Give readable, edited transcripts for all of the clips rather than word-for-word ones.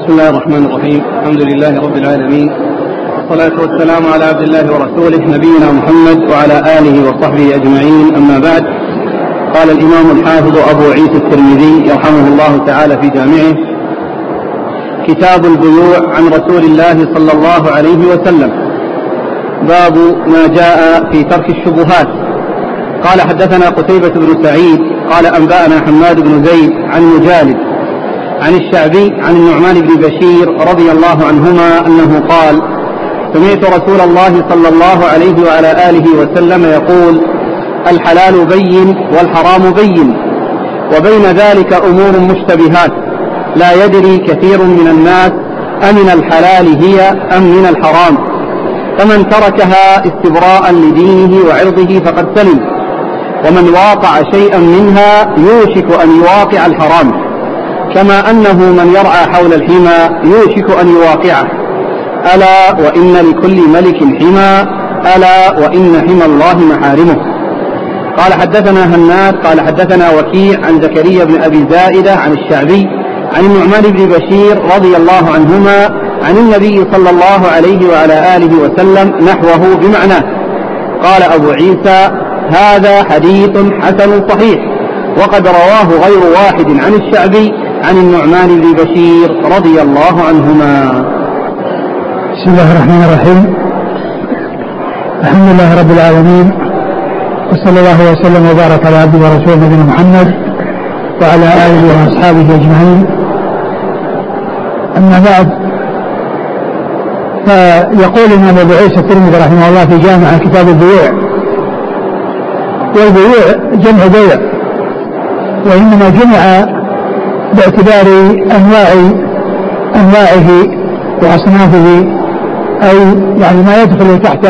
بسم الله الرحمن الرحيم. الحمد لله رب العالمين، والصلاة والسلام على عبد الله ورسوله نبينا محمد وعلى آله وصحبه أجمعين. أما بعد، قال الإمام الحافظ أبو عيسى الترمذي رحمه الله تعالى في جامعه: كتاب البيوع عن رسول الله صلى الله عليه وسلم. باب ما جاء في ترك الشبهات. قال: حدثنا قتيبة بن سعيد قال: أنبأنا حماد بن زيد عن مجالد عن الشعبي عن النعمان بن بشير رضي الله عنهما أنه قال: سمعت رسول الله صلى الله عليه وعلى آله وسلم يقول: الحلال بين والحرام بين، وبين ذلك أمور مشتبهات لا يدري كثير من الناس أمن الحلال هي أم من الحرام، فمن تركها استبراء لدينه وعرضه فقد سلم، ومن واقع شيئا منها يوشك أن يواقع الحرام، كما أنه من يرعى حول الحمى يوشك أن يواقعه. ألا وإن لكل ملك حمى، ألا وإن حمى الله محارمه. قال: حدثنا هناد قال: حدثنا وكيع عن زكريا بن أبي زائدة عن الشعبي عن النعمان بن بشير رضي الله عنهما عن النبي صلى الله عليه وعلى آله وسلم نحوه بمعناه. قال أبو عيسى: هذا حديث حسن صحيح، وقد رواه غير واحد عن الشعبي عن النعمان بن بشير رضي الله عنهما. بسم الله الرحمن الرحيم. الحمد لله رب العالمين، وصلى الله وسلم وبارك على عبده ورسوله نبينا محمد وعلى آله وأصحابه أجمعين. أما بعد، فيقول الإمام أبو عيسى الترمذي رحمه الله في جامع كتاب البيوع. والبيوع جمع بيع، وإنما جمع باعتبار أنواعه وأصنافه، أي يعني ما يدخل تحت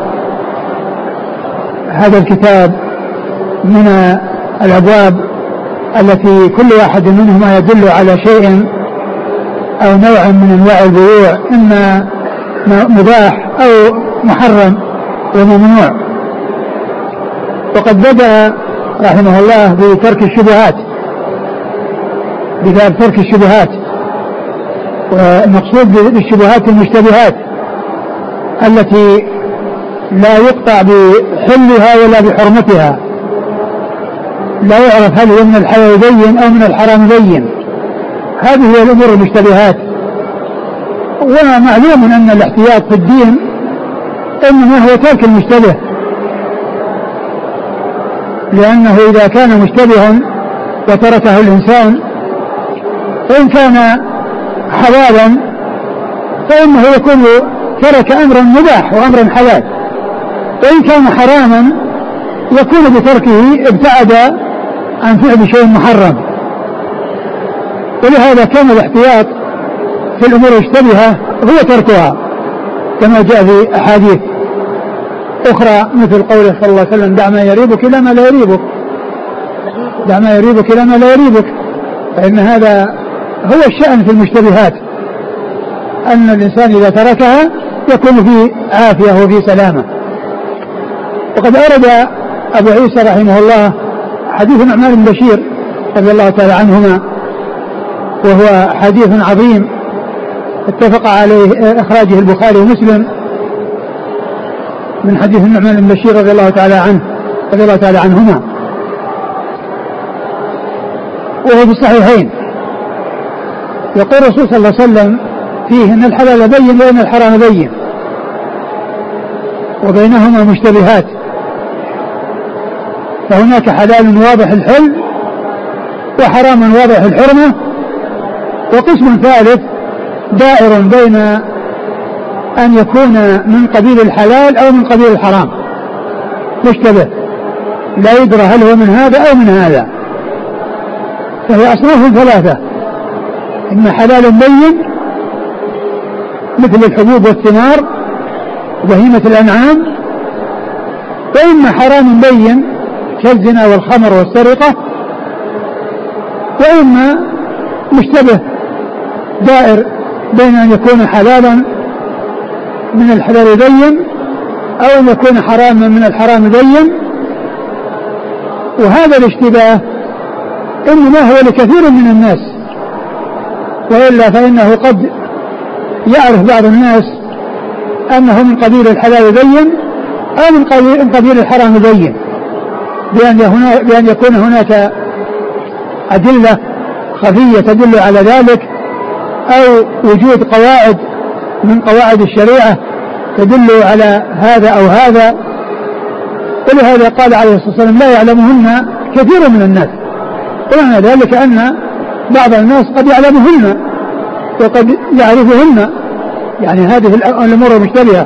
هذا الكتاب من الأبواب التي كل واحد منهما يدل على شيء أو نوع من أنواع البيوع، إما مباح أو محرم وممنوع. وقد بدأ رحمه الله بترك الشبهات، بباب ترك الشبهات، والمقصود بالشبهات المشتبهات التي لا يقطع بحلها ولا بحرمتها، لا يعرف هل هي من الحلال بين أو من الحرام بين. هذه هي الأمور المشتبهات. ومعلوم أن الاحتياط في الدين إنما هو ترك المشتبه، لأنه إذا كان مشتبها وتركه الإنسان، فإن كان حلالا فإنه يكون ترك أمرا مباح وأمرا حلال، وإن كان حراما يكون بتركه ابتعد عن فعل شيء محرم. ولهذا كان الاحتياط في الأمور المشتبهة هو تركها، كما جاء في أحاديث أخرى مثل قوله صلى الله عليه وسلم: دع ما يريبك إلى ما لا يريبك، دع ما يريبك إلى ما لا يريبك. فإن هذا هو الشأن في المشتبهات، أن الإنسان إذا تركها يكون في عافية وفي سلامة. وقد أورد أبو عيسى رحمه الله حديث النعمان بن بشير رضي الله تعالى عنهما، وهو حديث عظيم اتفق عليه إخراجه البخاري ومسلم، من حديث النعمان بن بشير رضي الله تعالى عنهما، وهو في الصحيحين. يقول الرسول صلى الله عليه وسلم فيه: ان الحلال بين وان الحرام بين، وبينهما مشتبهات، فهناك حلال واضح الحل وحرام واضح الحرمة، وقسم ثالث دائر بين أن يكون من قبيل الحلال أو من قبيل الحرام، مشتبه لا يدرى هل هو من هذا أو من هذا. فهي أصناف ثلاثة: إما حلال بين مثل الحبوب والثمار وبهيمة الأنعام، وإما حرام بين كالزنا والخمر والسرقة، وإما مشتبه دائر بين أن يكون حلالا من الحلال بين أو أن يكون حراما من الحرام بين. وهذا الاشتباه إنما هو لكثير من الناس، وإلا فإنه قد يعرف بعض الناس أنه من قبيل الحلال يبين أو من قبيل الحرام يبين، بأن يكون هناك أدلة خفية تدل على ذلك، أو وجود قواعد من قواعد الشريعة تدل على هذا أو هذا. ولهذا قال عليه الصلاة والسلام لا يعلمهن كثير من الناس، ومعنى ذلك أن بعض الناس قد يعلمهن وقد يعرفهن، يعني هذه الأمور المشتبهة.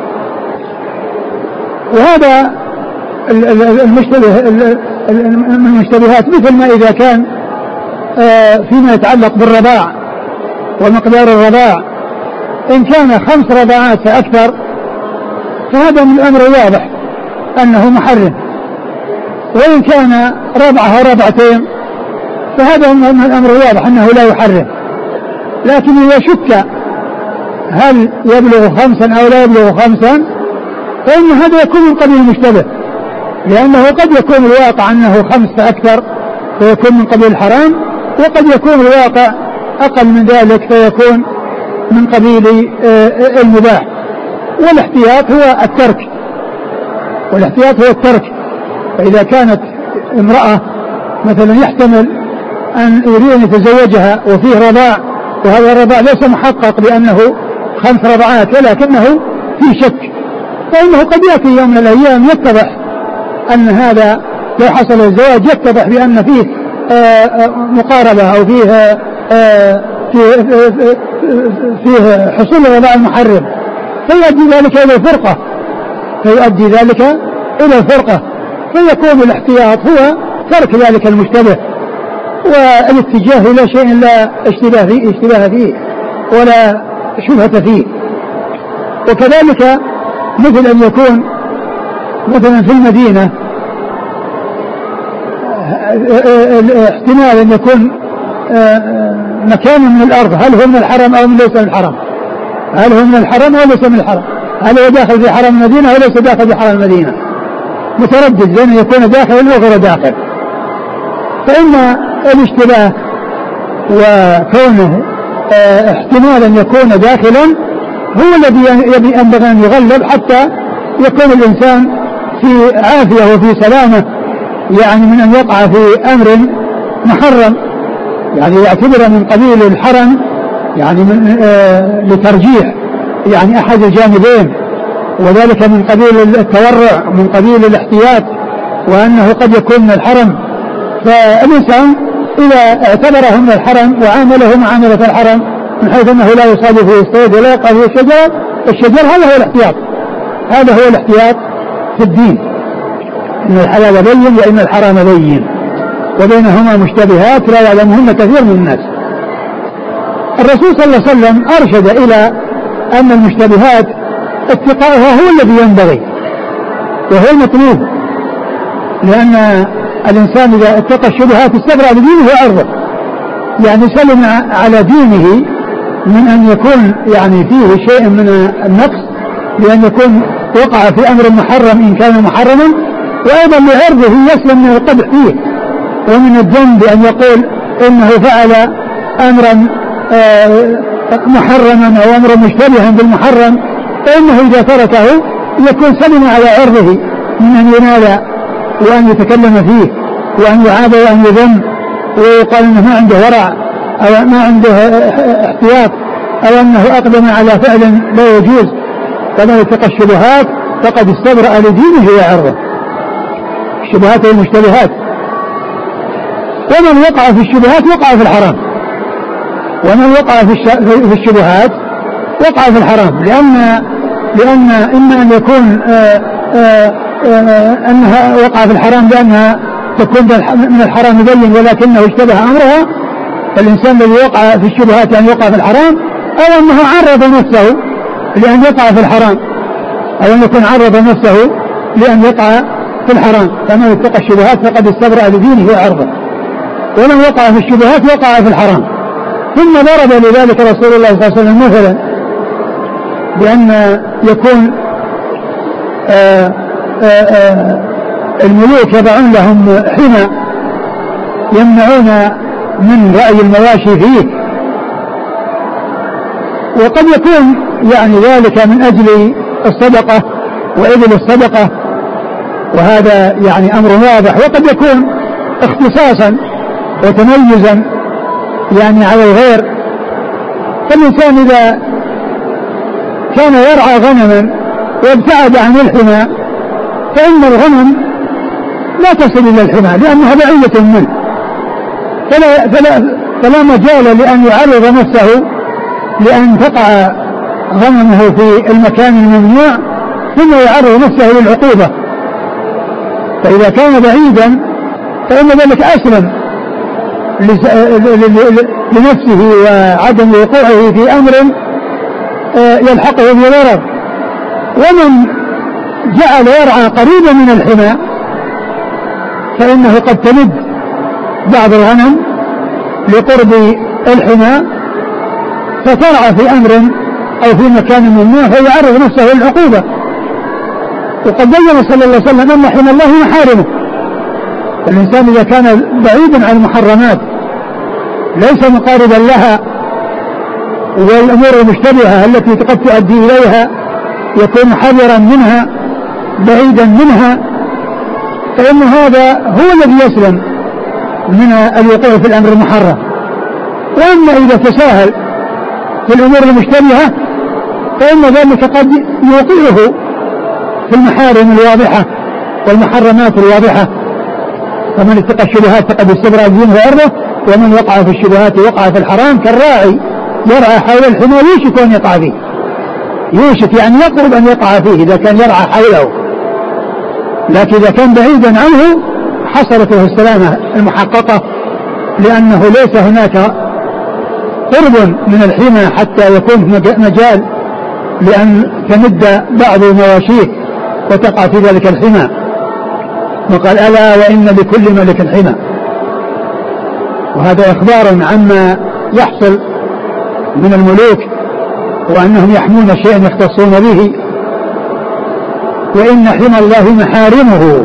وهذا المشتبهات مثل ما إذا كان فيما يتعلق بالرضاع ومقدار الرضاع، إن كان 5 رضعات فأكثر فهذا من الأمر واضح أنه محرم، وإن كان رضعة أو رضعتين فهذا من الأمر واضح أنه لا يحرم. لكن إذا شك هل يبلغ 5 أو لا يبلغ 5 فإن هذا يكون من قبيل المشتبه، لأنه قد يكون الواقع أنه 5 فأكثر فيكون من قبيل الحرام، وقد يكون الواقع أقل من ذلك فيكون من قبيل المباح. والاحتياط هو الترك. فإذا كانت امرأة مثلا يحتمل أن يريد أن يتزوجها وفيه رضاع، وهذا الرضاع ليس محقق بأنه 5 رضعات ولكنه في شك، فإنه قد يأتي يوم من الأيام يتضح أن هذا لو حصل الزواج يتضح بأن فيه مقاربة أو فيه حصول الرضاع المحرم، فيؤدي ذلك إلى الفرقة. فيكون الاحتياط هو ترك ذلك المشتبه والاتجاه إلى شيء لا اشتباه فيه ولا شبهة فيه. وكذلك مثل أن يكون مثلا في المدينة احتمال أن يكون مكان من الأرض هل هو من الحرم أو ليس من الحرم، هل هو من الحرم أو ليس من الحرم، هل هو داخل في حرم المدينة أو ليس داخل في حرم المدينة، متردد بين يكون داخل أو غير داخل. فإن الاشتباه وكونه احتمال أن يكون داخلا هو الذي ينبغي أن يغلب حتى يكون الإنسان في عافية وفي سلامة، يعني من أن يقع في أمر محرم، يعني يعتبر من قبيل الحرم، يعني لترجيح يعني أحد الجانبين، وذلك من قبيل التورع من قبيل الاحتياط، وأنه قد يكون من الحرم. فالإنسان إذا اعتبره من الحرم وعامله معاملة الحرم من حيث أنه لا يصاب فيه الصيد ولا يقع فيه الشجر، هذا هو الاحتياط في الدين، إن الحلال بين وإن الحرام بين، وبينهما مشتبهات لا يعلمهن كثير من الناس. الرسول صلى الله عليه وسلم أرشد إلى أن المشتبهات اتقاؤها هو الذي ينبغي وهو المطلوب، لأن الإنسان إذا اتقى الشبهات استبرأ لدينه وعرضه، يعني سلم على دينه من أن يكون يعني فيه شيء من النقص، لأن يكون وقع في أمر محرم إن كان محرما، وأيضا لعرضه يسلم من القبح فيه ومن الذنب أن يقول إنه فعل أمرا محرما أو أمرا مشتبها بالمحرم، فإنه إذا تركه يكون سلم على عرضه من أن ينال وأن يتكلم فيه وأن يعاب وأن يذم ويقال أنه ما عنده ورع أو ما عنده احتياط أو أنه أقدم على فعل لا يجوز. فمن اتقى الشبهات فقد استبرأ لدينه وعرضه. الشبهات والمشتبهات، ومن وقع في الشبهات وقع في الحرام، ومن وقع في الشبهات وقع في الحرام، لأن إما أن يكون أنها وقع في الحرام لأنها تكون من الحرام يبين ولكنه اشتبه أمرها، فالإنسان الذي وقع في الشبهات يعني وقع في الحرام، أو أنه عرض نفسه لأن يقع في الحرام، أو أن يكون عرض نفسه لأن يقع في الحرام. فمن اتقى الشبهات فقد استبرأ لدينه وعرضه، ومن وقع في الشبهات وقع في الحرام. ثم ضرب لذلك رسول الله صلى الله عليه وسلم مثلا بأن يكون الملوك يضعون لهم حمى يمنعون من رأي المواشي فيه، وقد يكون يعني ذلك من أجل الصدقة وإبل الصدقة، وهذا يعني أمر واضح. وقد يكون اختصاصا وتميزا يعني على الغير. فالإنسان إذا كان يرعى غنما وابتعد عن الحمى فإن الغنم لا تصل إلى الحمى لأنها بعيدة منه، فلا مجال لأن يعرض نفسه لأن تقع غنمه في المكان الممنوع ثم يعرض نفسه للعقوبة. فإذا كان بعيدا فإن ذلك أسلم لنفسه وعدم وقوعه في أمر يلحقه بضرر. ومن جعل يرعى قريبا من الحمى فإنه قد تلد بعض الغنم لقرب الحمى فترعى في أمر أو في مكان ممنوع فيعرض نفسه للعقوبة. وقد بين صلى الله عليه وسلم أن حمى الله محارمه. الإنسان إذا كان بعيدا عن المحرمات ليس مقاربا لها والأمور المشتبهة التي قد تؤدي إليها يكون حذرا منها بعيدا منها، فإن هذا هو الذي يسلم من الوقوع في الأمر المحرم. وأما إذا تساهل في الأمور المشتبهة فإن ذلك قد يوقعه في المحارم الواضحة والمحرمات الواضحة. فمن اتقى الشبهات فقد استبرأ دينه وعرضه، ومن وقع في الشبهات وقع في الحرام كالراعي يرعى حول الحمى يوشك أن يقع فيه. يوشك يعني يقرب أن يقع فيه إذا كان يرعى حوله، لكن إذا كان بعيدا عنه حصلت له السلامة المحققة، لأنه ليس هناك قرب من الحمى حتى يكون مجال لأن تمد بعض مواشيه وتقع في ذلك الحمى. وقال ألا وإن لكل ملك حمى. وهذا إخبار عما يحصل من الملوك وأنهم يحمون شيئا يختصون به. وإن حمى الله محارمه،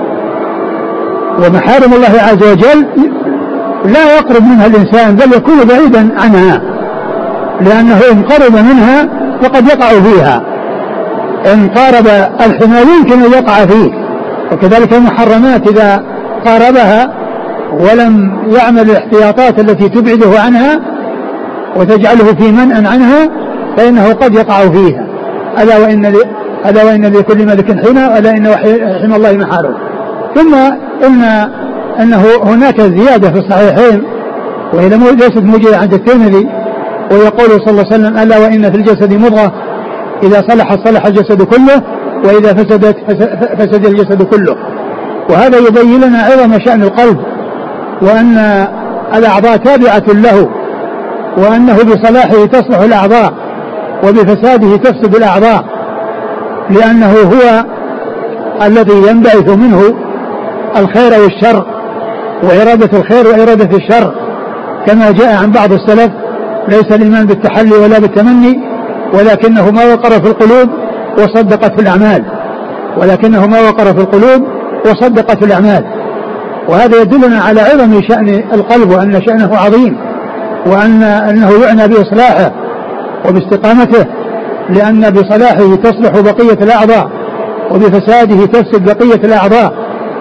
ومحارم الله عز وجل لا يقرب منها الإنسان بل يكون بعيدا عنها، لأنه إن قرب منها فقد يقع فيها. إن قارب الحمى يمكن أن يقع فيه. وكذلك المحرمات إذا قاربها ولم يعمل الاحتياطات التي تبعده عنها وتجعله في منأ عنها فإنه قد يقع فيها. ألا وإن لكل ملك حمى ألا إن حمى الله محارم. ثم أنه هناك زيادة في الصحيحين وهي ليست موجودة عند الترمذي، ويقول صلى الله عليه وسلم ألا وإن في الجسد مضغة إذا صلحت صلح الجسد كله وإذا فسدت فسد الجسد كله. وهذا يبين لنا عظم شأن القلب، وأن الأعضاء تابعة له، وأنه بصلاحه تصلح الأعضاء وبفساده تفسد الأعضاء، لأنه هو الذي ينبعث منه الخير والشر وإرادة الخير وإرادة الشر، كما جاء عن بعض السلف ليس الإيمان بالتحلي ولا بالتمني ولكنه ما وقر في القلوب وصدقت في الأعمال، ولكنه ما وقر في القلوب وصدقت في الأعمال. وهذا يدلنا على عظم شأن القلب وأن شأنه عظيم، وأنه يعنى بإصلاحه وباستقامته، لأن بصلاحه تصلح بقية الأعضاء وبفساده تفسد بقية الأعضاء،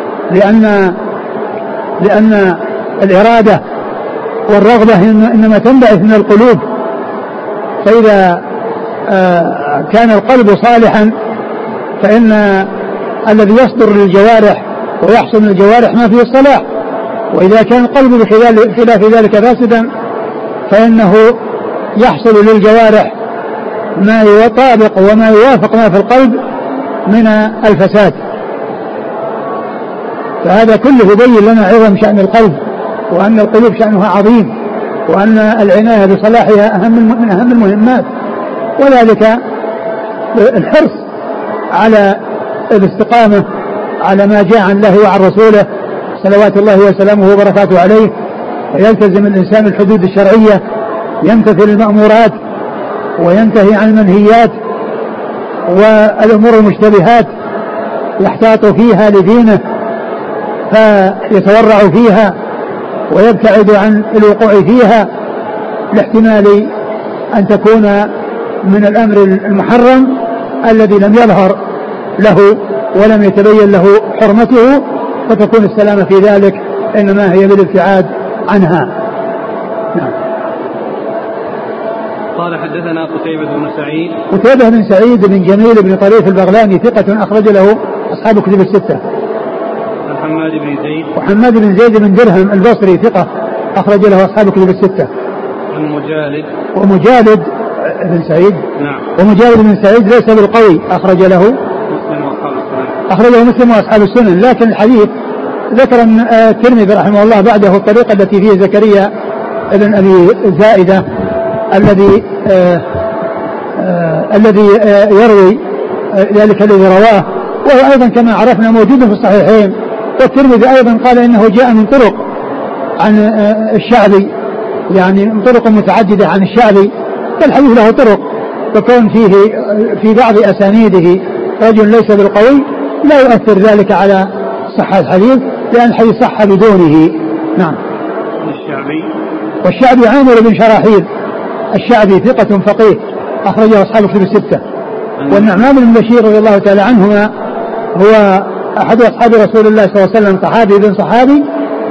لأن الإرادة والرغبة إنما تنبعث من القلوب. فإذا كان القلب صالحا فإن الذي يصدر للجوارح ويحصل من الجوارح ما فيه الصلاح، وإذا كان القلب بخلاف ذلك فاسدا فإنه يحصل للجوارح ما يطابق وما يوافق ما في القلب من الفساد. فهذا كله يبين لنا عظم شأن القلب، وأن القلوب شأنها عظيم، وأن العناية بصلاحها من أهم المهمات، وذلك الحرص على الاستقامة على ما جاء عن الله وعن رسوله صلوات الله وسلامه وبركاته عليه، ويلتزم الإنسان الحدود الشرعية، يمتثل المأمورات وينتهي عن المنهيات، والأمور المشتبهات يحتاط فيها لدينه فيتورع فيها ويبتعد عن الوقوع فيها لاحتمال أن تكون من الأمر المحرم الذي لم يظهر له ولم يتبين له حرمته، فتكون السلامة في ذلك إنما هي بالابتعاد عنها. نعم. قال حدثنا قتيبة بن سعيد. قتيبة بن سعيد بن جميل بن طريف البغلاني ثقة أخرج له أصحاب كتب الستة. حماد بن زيد. وحماد بن زيد بن درهم البصري ثقة أخرج له أصحاب كتب الستة. عن مجالد. ومجالد بن سعيد. نعم. ومجالد بن سعيد ليس بالقوي، أخرج له مسلم وأصحاب السنن. أخرجه مسلم وأصحاب السنن، لكن الحديث ذكر الترمذي رحمه الله بعده الطريقة التي فيه زكريا بن أبي زائدة الذي يروي ذلك الذي رواه، وهو أيضا كما عرفنا موجود في الصحيحين. والترمذي أيضا قال إنه جاء من طرق عن الشعبي، يعني من طرق متعددة عن الشعبي، فالحديث له طرق، وكون فيه في بعض أسانيده رجل ليس بالقوي لا يؤثر ذلك على صحة الحديث، لأن الحديث صح بدونه. نعم. الشعبي. والشعبي عامر بن شراحيل الشعبي ثقة فقيه أخرجه أصحاب كتب الستة. والنعمان بن بشير رضي الله تعالى عنهما هو أحد أصحاب رسول الله صلى الله عليه وسلم، صحابي بن صحابي،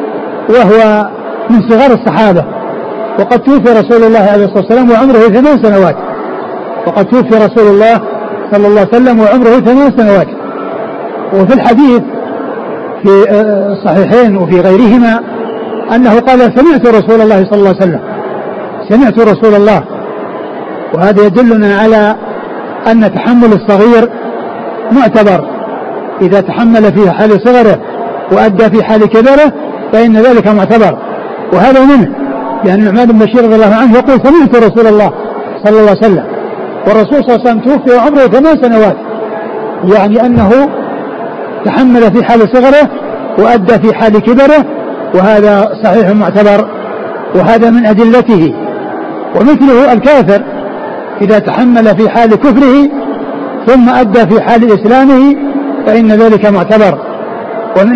وهو من صغار الصحابة، وقد توفي رسول الله عليه الصلاة والسلام وعمره 8 سنوات. وقد توفي رسول الله صلى الله عليه وسلم وعمره 8 سنوات. وفي الحديث في الصحيحين وفي غيرهما أنه قال سمعت رسول الله صلى الله عليه وسلم، سمعت رسول الله. وهذا يدلنا على أن تحمل الصغير معتبر، إذا تحمل في حال صغره وأدى في حال كبره فإن ذلك معتبر. وهذا منه، لأن النعمان بن بشير رضي الله عنه يقول سمعت رسول الله صلى الله عليه وسلم، والرسول صلى الله عليه وسلم توفي وعمره 8 سنوات، يعني أنه تحمل في حال صغره وأدى في حال كبره، وهذا صحيح معتبر، وهذا من أدلته. ومثله الكافر إذا تحمل في حال كفره ثم أدى في حال إسلامه فإن ذلك معتبر. ومن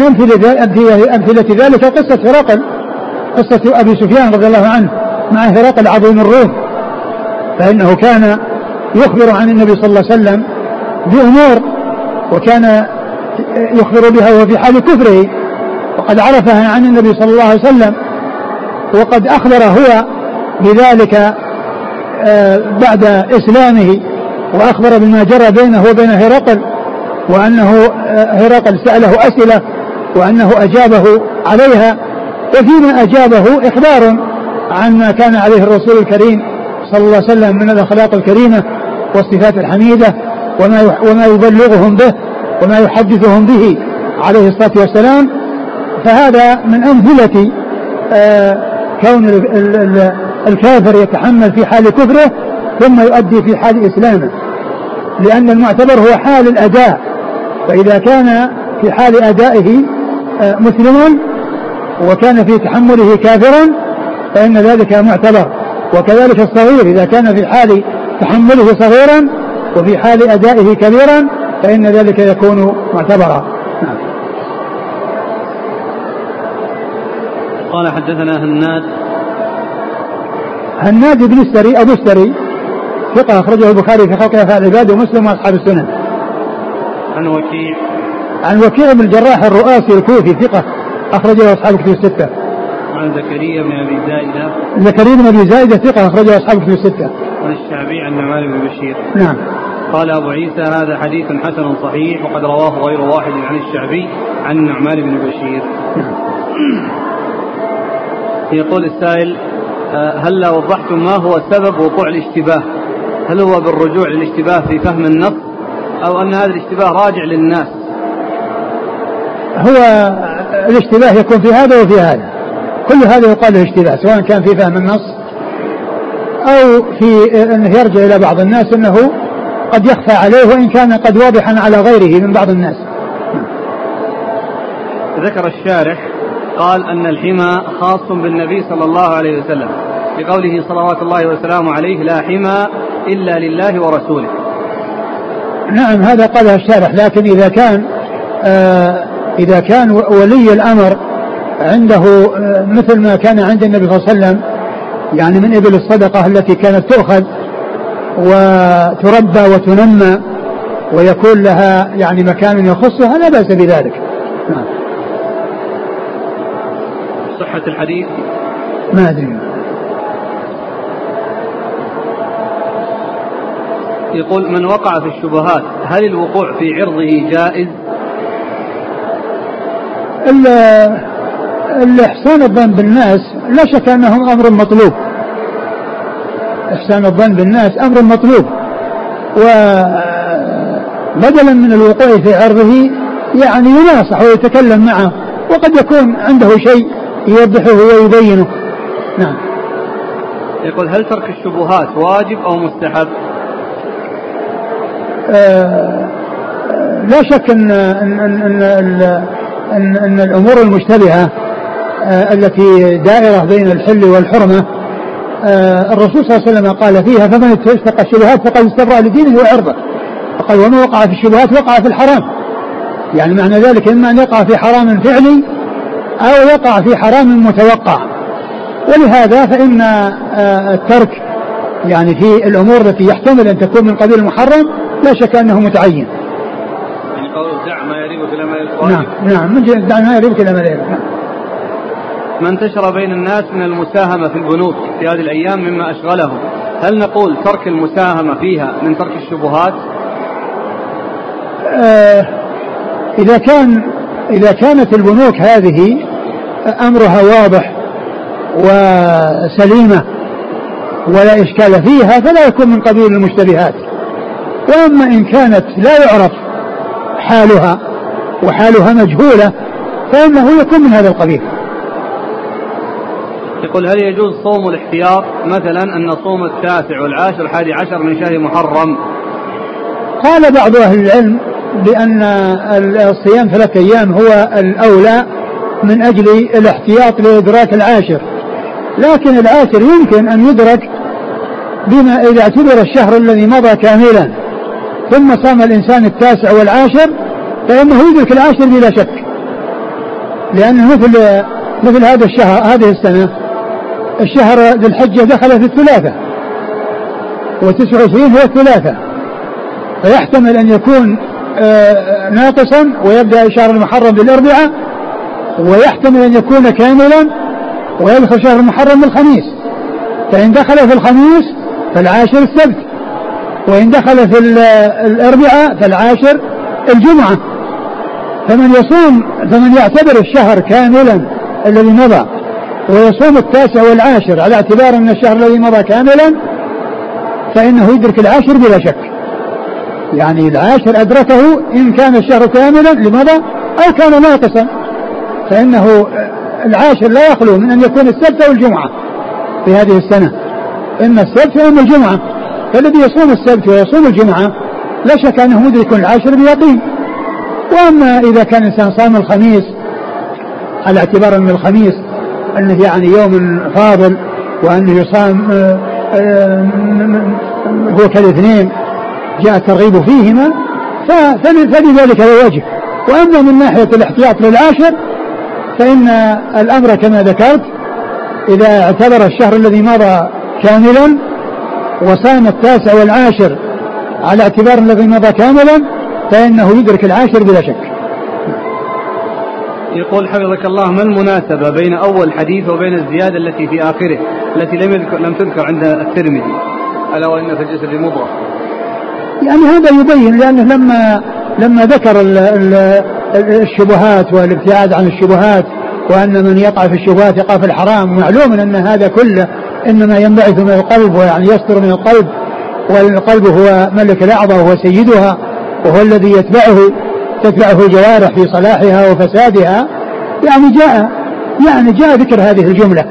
أمثلة ذلك قصة هرقل، قصة أبي سفيان رضي الله عنه مع هرقل عظيم الروم، فإنه كان يخبر عن النبي صلى الله عليه وسلم بأمور وكان يخبر بها وهو في حال كفره، وقد عرفها عن النبي صلى الله عليه وسلم، وقد أخبر هو بذلك بعد إسلامه، وأخبر بما جرى بينه وبين هرقل، وأنه هرقل سأله أسئلة وأنه أجابه عليها، وفيما أجابه إخبار عن ما كان عليه الرسول الكريم صلى الله عليه وسلم من الأخلاق الكريمة والصفات الحميدة وما يبلغهم به وما يحدثهم به عليه الصلاة والسلام. فهذا من أمثلة كون الكافر يتحمل في حال كفره ثم يؤدي في حال إسلامه، لأن المعتبر هو حال الأداء، فإذا كان في حال أدائه مسلما وكان في تحمله كافرا فإن ذلك معتبر. وكذلك الصغير إذا كان في حال تحمله صغيرا وفي حال أدائه كبيرا فإن ذلك يكون معتبرا. قال حدثنا هناد بن السري أبو السري ثقة أخرجه البخاري في خلق أفعال العباد ومسلم وأصحاب السنن. عن وكيع بن الجراح الرؤاسي الكوفي ثقة أخرجه أصحاب كتب الستة. عن زكريا بن أبي زائدة. زكريا بن أبي زائدة ثقة أخرجه أصحاب كتب الستة. عن الشعبي عن نعمان بن بشير. نعم. قال أبو عيسى هذا حديث حسن صحيح وقد رواه غير واحد عن الشعبي عن نعمان بن بشير. نعم. يقول السائل هل وضحتم ما هو سبب وقوع الاشتباه؟ هل هو بالرجوع للاشتباه في فهم النص أو أن هذا الاشتباه راجع للناس؟ هو الاشتباه يكون في هذا وفي هذا، كل هذا يقال له اشتباه، سواء كان في فهم النص أو في أنه يرجع إلى بعض الناس أنه قد يخفى عليه وإن كان قد واضحا على غيره من بعض الناس. ذكر الشارح قال أن الحمى خاص بالنبي صلى الله عليه وسلم بقوله صلوات الله وسلامه عليه لا حمى إلا لله ورسوله. نعم هذا قالها الشارح، لكن إذا كان ولي الأمر عنده مثل ما كان عند النبي صلى الله عليه وسلم يعني من إبل الصدقة التي كانت تؤخذ وتربى وتنمى ويكون لها يعني مكان يخصها لا بأس بذلك. نعم. صحة الحديث ما أدري. يقول من وقع في الشبهات هل الوقوع في عرضه جائز؟ الإحسان الظن بالناس لا شك أنه أمر مطلوب. إحسان الظن بالناس أمر مطلوب، وبدلا من الوقوع في عرضه يعني يناصح ويتكلم معه، وقد يكون عنده شيء يوضحه ويبينه. نعم. يقول هل ترك الشبهات واجب أو مستحب؟ لا شك أن الأمور المشتبهة التي دائرة بين الحل والحرمة الرسول صلى الله عليه وسلم قال فيها فمن اتقى الشبهات فقد استبرأ لدينه وعرضه، فقال ومن وقع في الشبهات وقع في الحرام. يعني معنى ذلك إما أن يقع في حرام فعلي أو يقع في حرام متوقع. ولهذا فإن الترك يعني في الأمور التي يحتمل أن تكون من قبيل المحرم لا شك أنه متعين. يعني قول دع ما يريبك إلى ما يريبك. نعم من دع ما يريبك إلى ما يريبك. ما انتشر بين الناس من المساهمة في البنوك في هذه الأيام مما أشغلهم، هل نقول ترك المساهمة فيها من ترك الشبهات؟ إذا كانت البنوك هذه أمرها واضح وسليمة ولا إشكال فيها فلا يكون من قبيل المشتبهات. وأما إن كانت لا يعرف حالها وحالها مجهولة فإنه يكون من هذا القبيل. يقول هل يجوز صوم الاحتياط مثلا أن نصوم 9 و10 و11 من شهر محرم؟ قال بعض أهل العلم بأن الصيام 3 أيام هو الأولى من أجل الاحتياط لإدراك 10، لكن 10 يمكن أن يدرك بما إذا اعتبر الشهر الذي مضى كاملا ثم صام الإنسان 9 و10 فإنه يدرك 10 بلا شك، لأنه مثل هذا الشهر هذه السنة الشهر ذي الحجة دخل في 3 و29 هو 3، فيحتمل أن يكون ناقصا ويبدأ شهر المحرم بالأربعاء، ويحتمل أن يكون كاملا ويدخل شهر المحرم بالخميس، فإن دخل في الخميس فالعاشر السبت، وإن دخل في الأربعاء فالعاشر الجمعة. فمن يعتبر الشهر كاملا الذي مضى ويصوم 9 و10 على اعتبار أن الشهر الذي مضى كاملا فإنه يدرك 10 بلا شك. يعني 10 أدركه إن كان الشهر كاملا لمضى أو كان ناقصا، فإنه 10 لا يخلو من أن يكون السبت أو الجمعة في هذه السنة، إما السبت وإما الجمعة، فالذي يصوم السبت ويصوم الجمعة لا شك أنه مدرك 10 بيقين. وأما إذا كان الإنسان صام الخميس على اعتبار أن الخميس أنه يعني يوم فاضل وأنه يصام هو كالاثنين جاء الترغيب فيهما فلذلك لا وجه. وأما من ناحية الاحتياط 10 فإن الأمر كما ذكرت إذا اعتبر الشهر الذي مضى كاملا وصام 9 و10 على اعتبار الذي مضى كاملا فإنه يدرك 10 بلا شك. يقول حفظك الله ما المناسبة بين أول حديث وبين الزيادة التي في آخره التي لم تذكر عند الترمذي ألا وإن في الجسد مضغة؟ يعني هذا يبين لأنه لما ذكر الشبهات والابتعاد عن الشبهات وأن من يقع في الشبهات يقع في الحرام، معلوم أن هذا كله إنما ينبعث من القلب ويعني يصدر من القلب، والقلب هو ملك الأعضاء وهو سيدها وهو الذي تتبعه الجوارح في صلاحها وفسادها. يعني جاء ذكر هذه الجملة.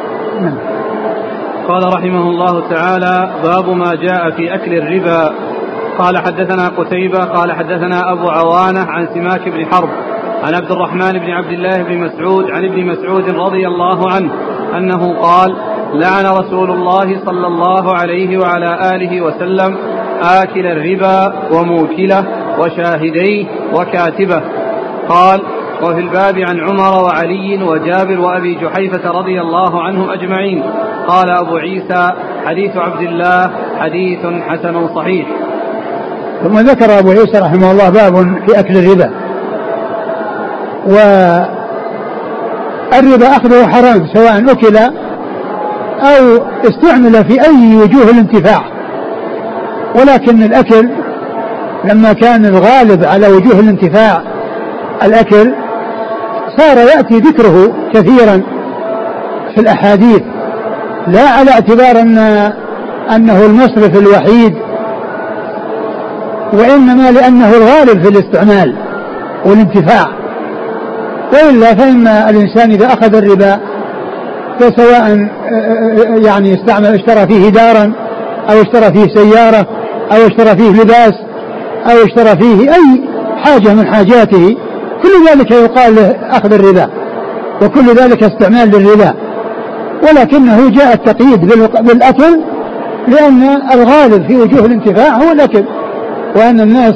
قال رحمه الله تعالى باب ما جاء في أكل الربا. قال حدثنا قتيبة قال حدثنا أبو عوانة عن سماك بن حرب عن عبد الرحمن بن عبد الله بن مسعود عن ابن مسعود رضي الله عنه أنه قال لعن رسول الله صلى الله عليه وعلى آله وسلم آكل الربا وموكله وشاهديه وكاتبه. قال وفي الباب عن عمر وعلي وجابر وأبي جحيفة رضي الله عنهم أجمعين. قال أبو عيسى حديث عبد الله حديث حسن صحيح. ثم ذكر أبو عيسى رحمه الله باب في أكل الربا. والربا أخذه حرام سواء أكل أو استعمل في أي وجوه الانتفاع، ولكن الأكل لما كان الغالب على وجوه الانتفاع الأكل صار يأتي ذكره كثيرا في الأحاديث، لا على اعتبار أنه المصرف الوحيد، وإنما لأنه الغالب في الاستعمال والانتفاع. وإلا فإن الإنسان إذا أخذ الربا فسواء يعني اشترى فيه دارا أو اشترى فيه سيارة أو اشترى فيه لباس أو اشترى فيه أي حاجة من حاجاته، كل ذلك يقال له أخذ الربا، وكل ذلك استعمال للربا. ولكنه جاء التقييد بالأكل لأن الغالب في وجوه الانتفاع هو الأكل، وأن الناس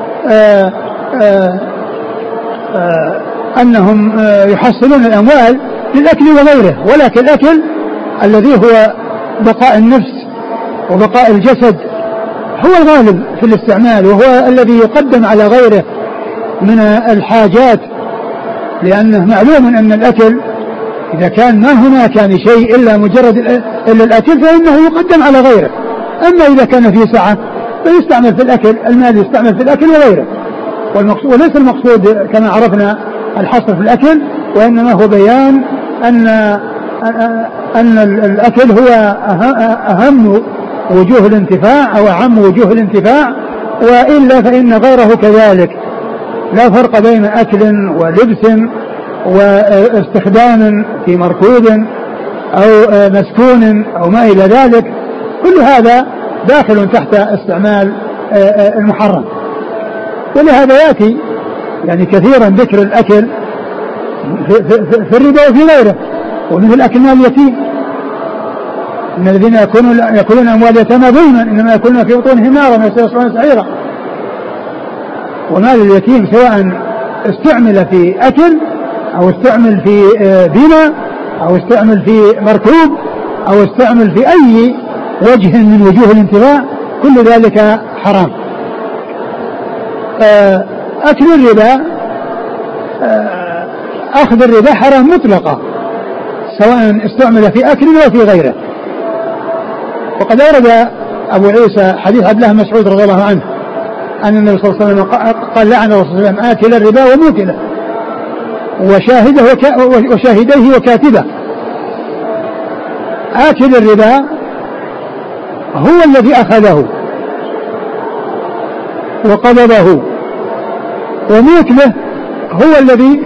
أنهم يحصلون الأموال للأكل وغيره، ولكن الأكل الذي هو بقاء النفس وبقاء الجسد هو الغالب في الاستعمال، وهو الذي يقدم على غيره من الحاجات، لأنه معلوم أن الأكل إذا كان ما هناك يعني شيء إلا مجرد إلا الأكل فإنه يقدم على غيره. أما إذا كان فيه سعة فيستعمل في الأكل، المال يستعمل في الأكل وغيره. وليس المقصود كما عرفنا الحصر في الأكل، وإنما هو بيان أن الأكل هو أهم وجوه الانتفاع أو أعم وجوه الانتفاع، وإلا فإن غيره كذلك. لا فرق بين أكل ولبس واستخدام في مركوب أو مسكون أو ما إلى ذلك، كل هذا داخل تحت استعمال المحرم. ولهذا يأتي يعني كثيرا ذكر الأكل في الربا وفي غيره، ومثل أكل مال اليتيم، إن الذين يأكلون أموال اليتامى ظلما إنما يأكلون في بطونهم نارا وسيصلون سعيرا. ومال اليتيم سواء استعمل في أكل أو استعمل في بناء أو استعمل في مركوب أو استعمل في أي وجه من وجوه الانتفاع، كل ذلك حرام. أكل الربا أخذ الربا حرام مطلقة سواء استعمل في أكل أو في غيره. وقد أورد أبو عيسى حديث عبد الله مسعود رضي الله عنه أن النبي صلى الله عليه وسلم قال لعن الرسول صلى الله عليه وسلم آكل الربا وموكله وشاهديه وكاتبه. آكل الربا هو الذي أخذه وقبضه، وموكله هو الذي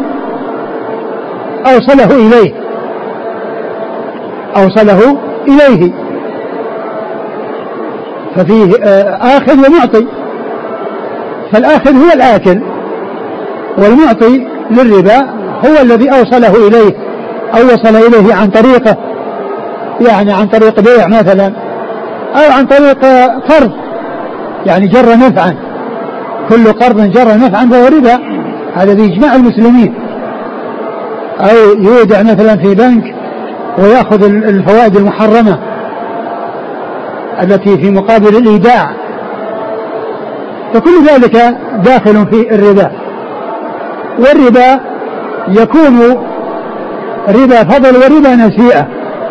أوصله إليه ففيه آخذ ومعطي، فالآخذ هو الآكل، والمعطي للربا هو الذي أوصله إليه أو وصل إليه عن طريقه، يعني عن طريق بيع مثلا أو عن طريق قرض يعني جر نفعا، كل قرض جر نفعا فهو ربا، هذا بإجماع المسلمين. أو يودع مثلا في بنك ويأخذ الفوائد المحرمة التي في مقابل الإيداع، فكل ذلك داخل في الربا. والربا يكون ربا فضل وربا نسيئة.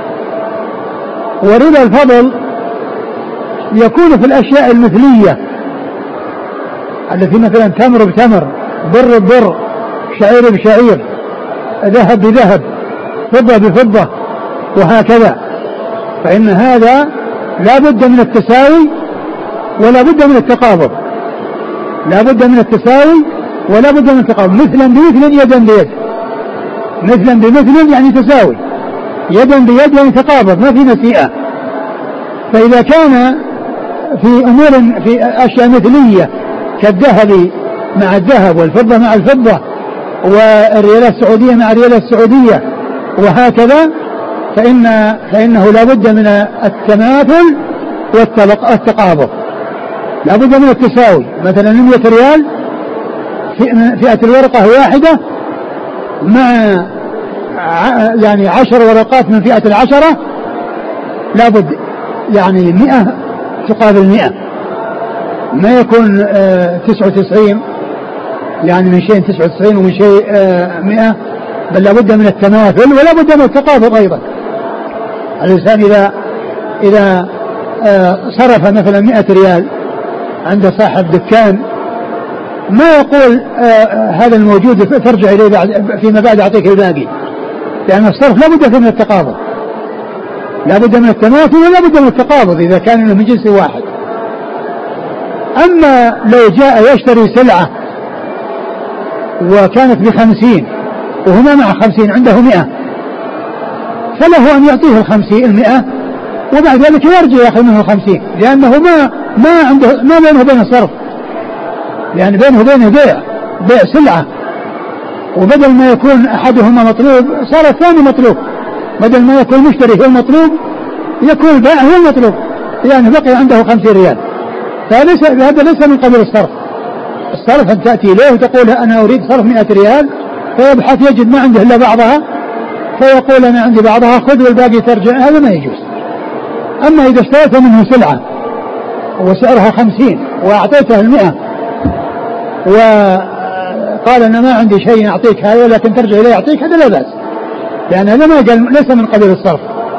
وربا الفضل يكون في الأشياء المثلية التي مثلا تمر بتمر، بر ببر، شعير بشعير، ذهب بذهب، فضة بفضة، وهكذا. فإن هذا لا بد من التساوي ولا بد من التقابض، لا بد من التساوي ولا بد من التقابض، مثلا بمثل يدا بيد، مثلا بمثل يعني تساوي، يدا بيد يعني تقابض، ما في نسيئة. فإذا كان في أمور في أشياء مثلية كالذهب مع الذهب والفضة مع الفضة والريالات السعودية مع الريالات السعودية وهكذا، فإنه لا بد من التماثل والتقابض، لا بد من التساوي. مثلا 100 ريال فئة الورقة واحدة مع يعني 10 ورقات من فئة 10 لابد يعني 100 تقابل 100، ما يكون 99 يعني من شيء 99 ومن شيء 100، بل لابد من التماثل ولا بد من التقابض أيضا. الإنسان إذا صرف مثلا 100 ريال عند صاحب دكان ما يقول هذا الموجود ترجع إليه فيما بعد أعطيك الباقي، لأن الصرف لا بد من التقابض، لا بد من التماثل ولا بد من التقابض إذا كان من جنس واحد. أما لو جاء يشتري سلعة وكانت ب50 وهنا مع 50 عنده 100، فله أن يعطيه 100 وبعد ذلك يرجع يأخذ منه 50، لأنه ما عنده ما بينه وبين الصرف، يعني بينه وبينه بيع سلعة، وبدل ما يكون أحدهما مطلوب صار الثاني مطلوب، بدل ما يكون مشتري هو المطلوب يكون البائع هو المطلوب، يعني بقي عنده 50 ريال. فهذا ليس من قبيل الصرف. الصرف أن تأتي إليه وتقول أنا أريد صرف 100 ريال، فيبحث يجد ما عنده إلا بعضها فيقول أنا عندي بعضها خذ والباقي ترجع، هذا ما يجوز. أما إذا اشتريت منه سلعة وسعرها 50 وأعطيته 100 وقال أنا ما عندي شيء أعطيك هذا لكن ترجع إليه أعطيك، هذا لا بأس، لأن هذا ما قال ليس من قبيل الصرف.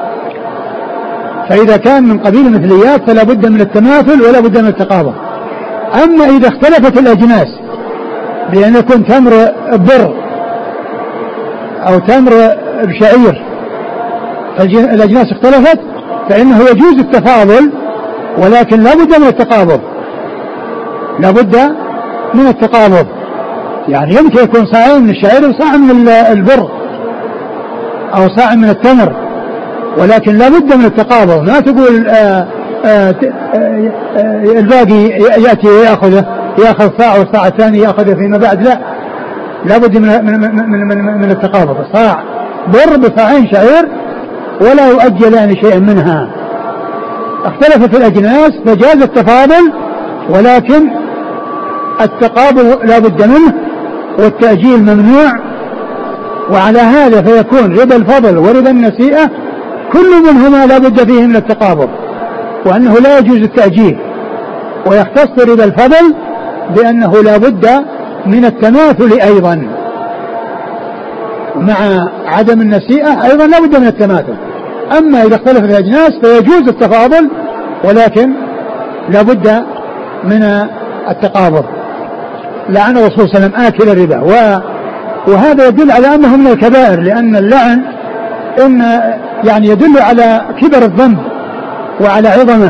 فإذا كان من قبيل المثليات فلا بد من التماثل ولا بد من التقابض. أما إذا اختلفت الأجناس بأن يكون تمر بر أو تمر بشعير الأجناس اختلفت فإنه يجوز التفاضل، ولكن لا بد من التقابض، لا بد من التقابض. يعني يمكن يكون صاع من الشعير وصاع من البر أو صاع من التمر، ولكن لا بد من التقابض. ما تقول الباقي يأتي يأخذ صاع والصاع الثاني يأخذه فيما بعد، لا بد من التقابض. صاع بر بصاعين شعير ولا يؤجلان شيئا منها. اختلفت الأجناس فجاز التفاضل، ولكن التقابض لا بد منه والتأجيل ممنوع. وعلى هذا فيكون ربا الفضل وربا النسيئة كل منهما لا بد فيه من التقابض، وأنه لا يجوز التأجيل. ويختص ربا الفضل بأنه لا بد من التماثل أيضا، مع عدم النسيئة أيضا لا بد من التماثل. أما إذا اختلف الأجناس فيجوز التفاضل، ولكن لا بد من التقابض. لعن الرسول صلى الله عليه وسلم آكل الربا، وهذا يدل على أنه من الكبائر، لأن اللعن يعني يدل على كبر الذنب وعلى عظمه.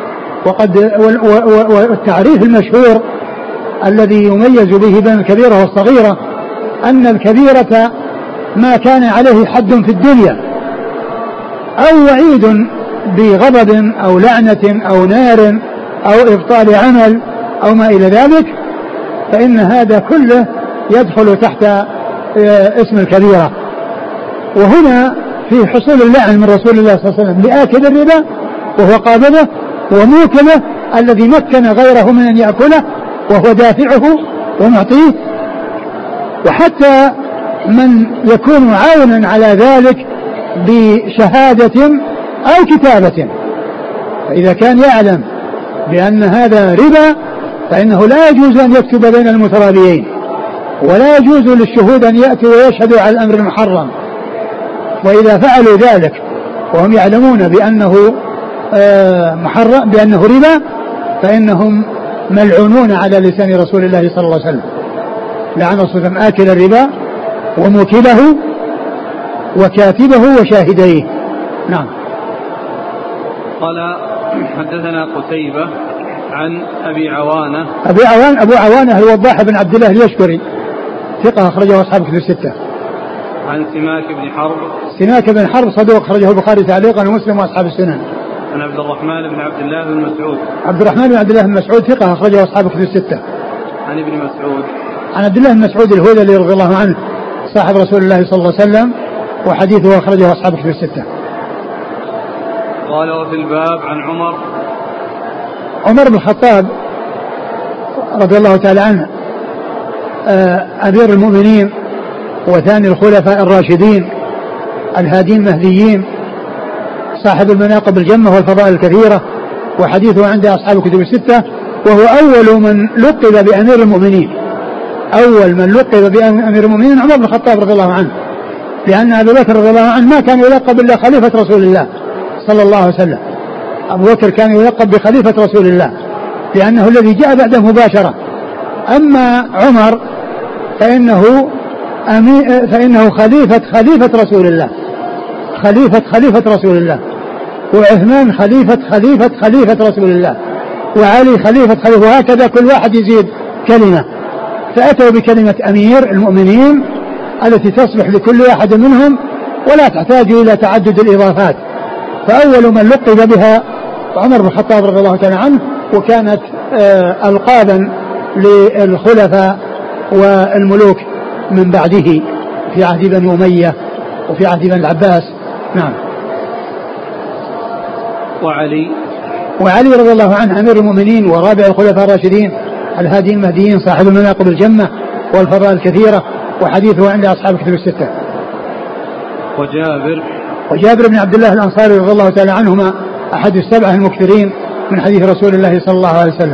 والتعريف المشهور الذي يميز به بين الكبيرة والصغيرة أن الكبيرة ما كان عليه حد في الدنيا أو وعيد بغضب أو لعنة أو نار أو إبطال عمل أو ما إلى ذلك، فإن هذا كله يدخل تحت اسم الكبيرة. وهنا في حصول اللعن من رسول الله صلى الله عليه وسلم لآكل الربا وهو قابضه وموكله الذي مكن غيره من أن يأكله وهو دافعه ومعطيه، وحتى من يكون عاونا على ذلك بشهادة أو كتابة. فإذا كان يعلم بأن هذا ربا فإنه لا يجوز أن يكتب بين المترابيين، ولا يجوز للشهود أن يأتوا ويشهدوا على الأمر المحرم. وإذا فعلوا ذلك وهم يعلمون بأنه محرم بأنه ربا فإنهم ملعونون على لسان رسول الله صلى الله عليه وسلم. لعن رسول الله آكل الربا وموكله وكاتبه وشاهديه. نعم. قال حدثنا قتيبة عن أبو عوانة الوضاح بن عبد الله اليشكري ثقة أخرجه أصحاب كتب الستة. عن سماك بن حرب صدوق أخرجه البخاري تعليقا ومسلم وأصحاب السنن. عن عبد الرحمن بن عبد الله بن مسعود. عبد الرحمن بن عبد الله بن مسعود ثقة أخرجه أصحاب كتب الستة. عن ابن مسعود. عن عبد الله بن مسعود الهذلي رضي الله عنه صاحب رسول الله صلى الله عليه وسلم وحديثه أخرجه أصحاب كتب الستة. قال وفي الباب عن عمر بن الخطاب رضي الله تعالى عنه أمير المؤمنين وثاني الخلفاء الراشدين الهادين المهديين صاحب المناقب الجمة والفضائل الكثيرة، وحديثه عند أصحاب الكتب الستة، وهو أول من لقب بأمير المؤمنين. أول من لقب بأمير المؤمنين عمر بن الخطاب رضي الله عنه، لأن أبي بكر رضي الله عنه ما كان يلقب إلا خليفة رسول الله صلى الله عليه وسلم. أبو بكر كان يلقب بخليفة رسول الله لأنه الذي جاء بعده مباشرة. أما عمر فإنه خليفة رسول الله، خليفة رسول الله، وعثمان خليفة رسول الله، وعلي خليفة، وهكذا كل واحد يزيد كلمة، فأتوا بكلمة أمير المؤمنين التي تصلح لكل واحد منهم ولا تحتاج إلى تعدد الإضافات. فأول من لقب بها عمر بن الخطاب رضي الله تعالى عنه، وكانت ألقابا للخلفاء والملوك من بعده في عهد بني أمية وفي عهد بني العباس. نعم. وعلي رضي الله عنه أمير المؤمنين ورابع الخلفاء الراشدين الهادين المهديين صاحب المناقب الجمة والفضائل الكثيرة، وحديثه عند أصحاب الكتب الستة. وجابر بن عبد الله الأنصاري رضي الله تعالى عنهما أحد السبعة المكثرين من حديث رسول الله صلى الله عليه وسلم.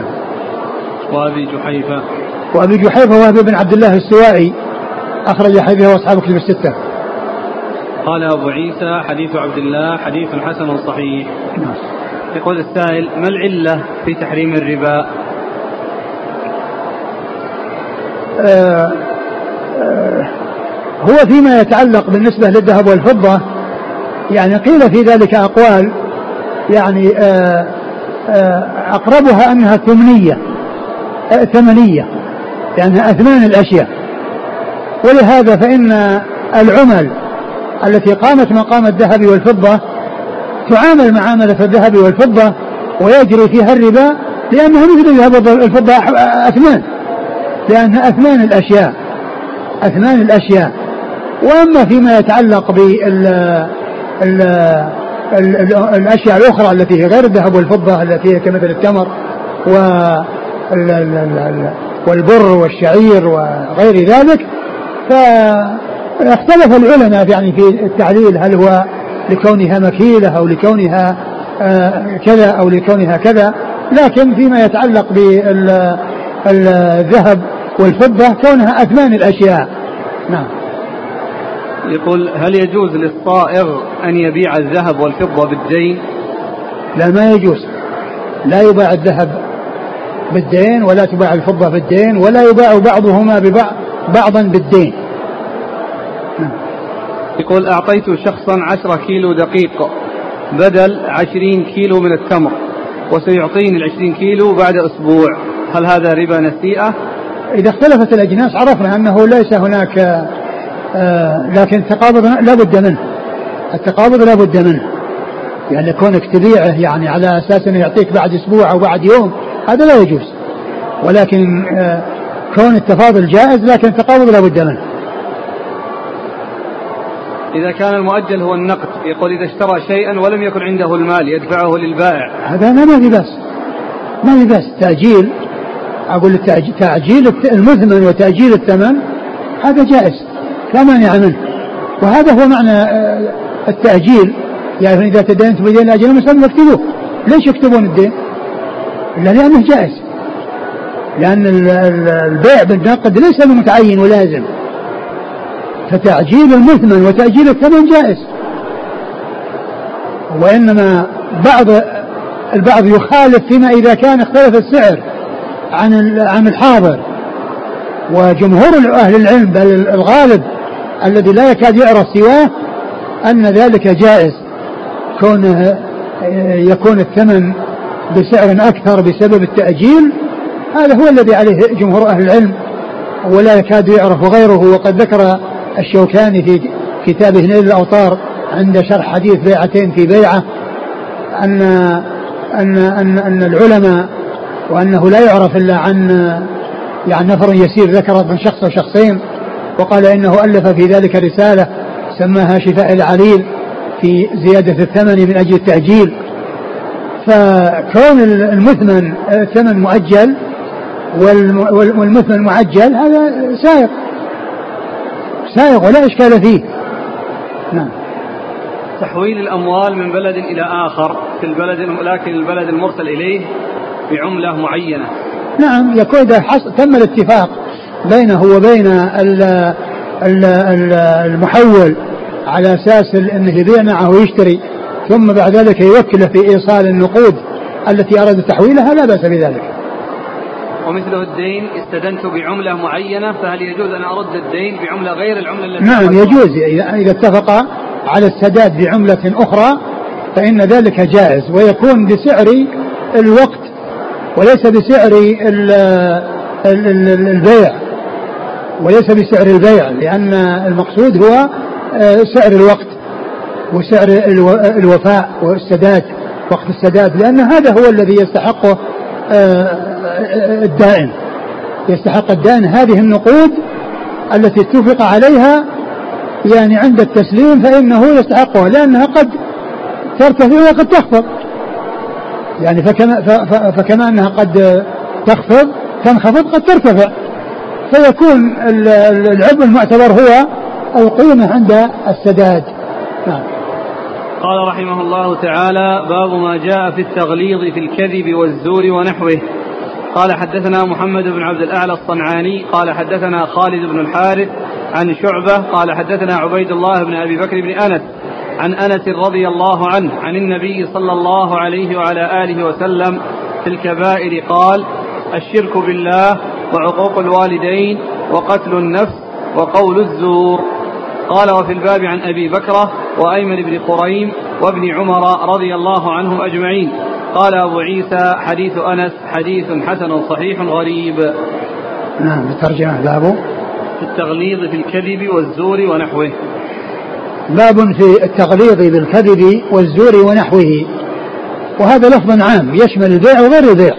وأبي جحيفة وهب بن عبد الله السوائي أخرج حديثه أصحاب الكتب الستة. قال أبو عيسى حديث عبد الله حديث حسن صحيح. يقول السائل: ما العلة في تحريم الربا؟ هو فيما يتعلق بالنسبة للذهب والفضة يعني قيل في ذلك أقوال، يعني أقربها أنها ثمنية يعني أثمان الأشياء، ولهذا فإن العمل التي قامت مقام الذهب والفضة تعامل معاملة الذهب والفضة ويجري فيها الربا، لأنها مثل الذهب والفضة أثمان، لأنها أثمان الأشياء. وأما فيما يتعلق بالأشياء الأخرى التي هي غير الذهب والفضة التي هي كمثل التمر والبر والشعير وغير ذلك، فاختلف العلماء يعني في التعليل، هل هو لكونها مكيلة أو لكونها كذا أو لكونها كذا، لكن فيما يتعلق بالذهب والفضة كونها أثمان الأشياء. نعم. يقول: هل يجوز للصائغ أن يبيع الذهب والفضة بالدين؟ لا، ما يجوز، لا يباع الذهب بالدين ولا تباع الفضة بالدين ولا يباع بعضهما بعضا بالدين. يقول: أعطيت شخصا 10 كيلو دقيق بدل 20 كيلو من التمر، وسيعطيني 20 كيلو بعد أسبوع، هل هذا ربا نسيئة؟ إذا اختلفت الأجناس عرفنا أنه ليس هناك لكن التقابض لا بد منه، التقابض لا بد منه، يعني كونك تبيعه يعني على أساس أنه يعطيك بعد أسبوع أو بعد يوم هذا لا يجوز، ولكن كون التفاضل جائز، لكن التقابض لا بد منه. إذا كان المؤجل هو النقد، يقول: إذا اشترى شيئا ولم يكن عنده المال يدفعه للبائع، هذا ما في بأس تأجيل، أقول تعجيل المثمن وتأجيل الثمن هذا جائز لا مانع منه، وهذا هو معنى التأجيل. يعني إذا تدينت بدين أجل مسلم اكتبوه، ليش يكتبون الدين؟ إلا لأنه جائز، لأن البيع بالنقد ليس بمتعين ولازم، فتعجيل المثمن وتأجيل الثمن جائز. وإنما البعض يخالف فيما إذا كان اختلف السعر عن الحاضر، وجمهور أهل العلم بل الغالب الذي لا يكاد يعرف سواه أن ذلك جائز، كونه يكون الثمن بسعر أكثر بسبب التأجيل، هذا هو الذي عليه جمهور أهل العلم ولا يكاد يعرف غيره. وقد ذكر الشوكاني في كتابه نيل الأوطار عند شرح حديث بيعتين في بيعة أن العلماء وأنه لا يعرف إلا عن يعني نفر يسير ذكر من شخص أو شخصين، وقال إنه ألف في ذلك رسالة سماها شفاء العليل في زيادة الثمن من أجل التأجيل. فكون المثمن الثمن مؤجل والمثمن معجل هذا سائغ ولا إشكال فيه. نعم. تحويل الأموال من بلد إلى آخر في البلد، لكن البلد المرسل إليه بعملة معينة. نعم، يكون إذا تم الاتفاق بينه وبين المحول على أساس أنه يبيع معه ويشتري، ثم بعد ذلك يوكله في إيصال النقود التي أراد تحويلها، لا بأس بذلك. ومثله الدين، استدنت بعملة معينة، فهل يجوز أن أرد الدين بعملة غير العملة التي؟ نعم يجوز، إذا اتفق على السداد بعملة أخرى فإن ذلك جائز، ويكون بسعر الوقت وليس بسعر البيع، وليس بسعر البيع، لأن المقصود هو سعر الوقت وسعر الوفاء والسداد، وقت السداد، لأن هذا هو الذي يستحقه الدائن، يستحق الدائن هذه النقود التي اتفق عليها يعني عند التسليم، فإنه يستحقها، لأنها قد ترتفع وقد تخفض، يعني فكما أنها قد تخفض تنخفض قد ترتفع، فيكون العبء المعتبر هو القيمة عند السداد. نعم. قال رحمه الله تعالى: باب ما جاء في التغليظ في الكذب والزور ونحوه. قال حدثنا محمد بن عبد الأعلى الصنعاني قال حدثنا خالد بن الحارث عن شعبة قال حدثنا عبيد الله بن أبي بكر بن أنس عن أنس رضي الله عنه عن النبي صلى الله عليه وعلى آله وسلم في الكبائر قال: الشرك بالله وعقوق الوالدين وقتل النفس وقول الزور. قال: وفي الباب عن أبي بكرة وأيمن بن قريم وابن عمر رضي الله عنهم أجمعين. قال أبو عيسى: حديث أنس حديث حسن صحيح غريب. نعم. الترجمة باب في التغليظ في الكذب والزور ونحوه. باب في التغليظ بالكذب والزور ونحوه، وهذا لفظ عام يشمل البيع وغير البيع،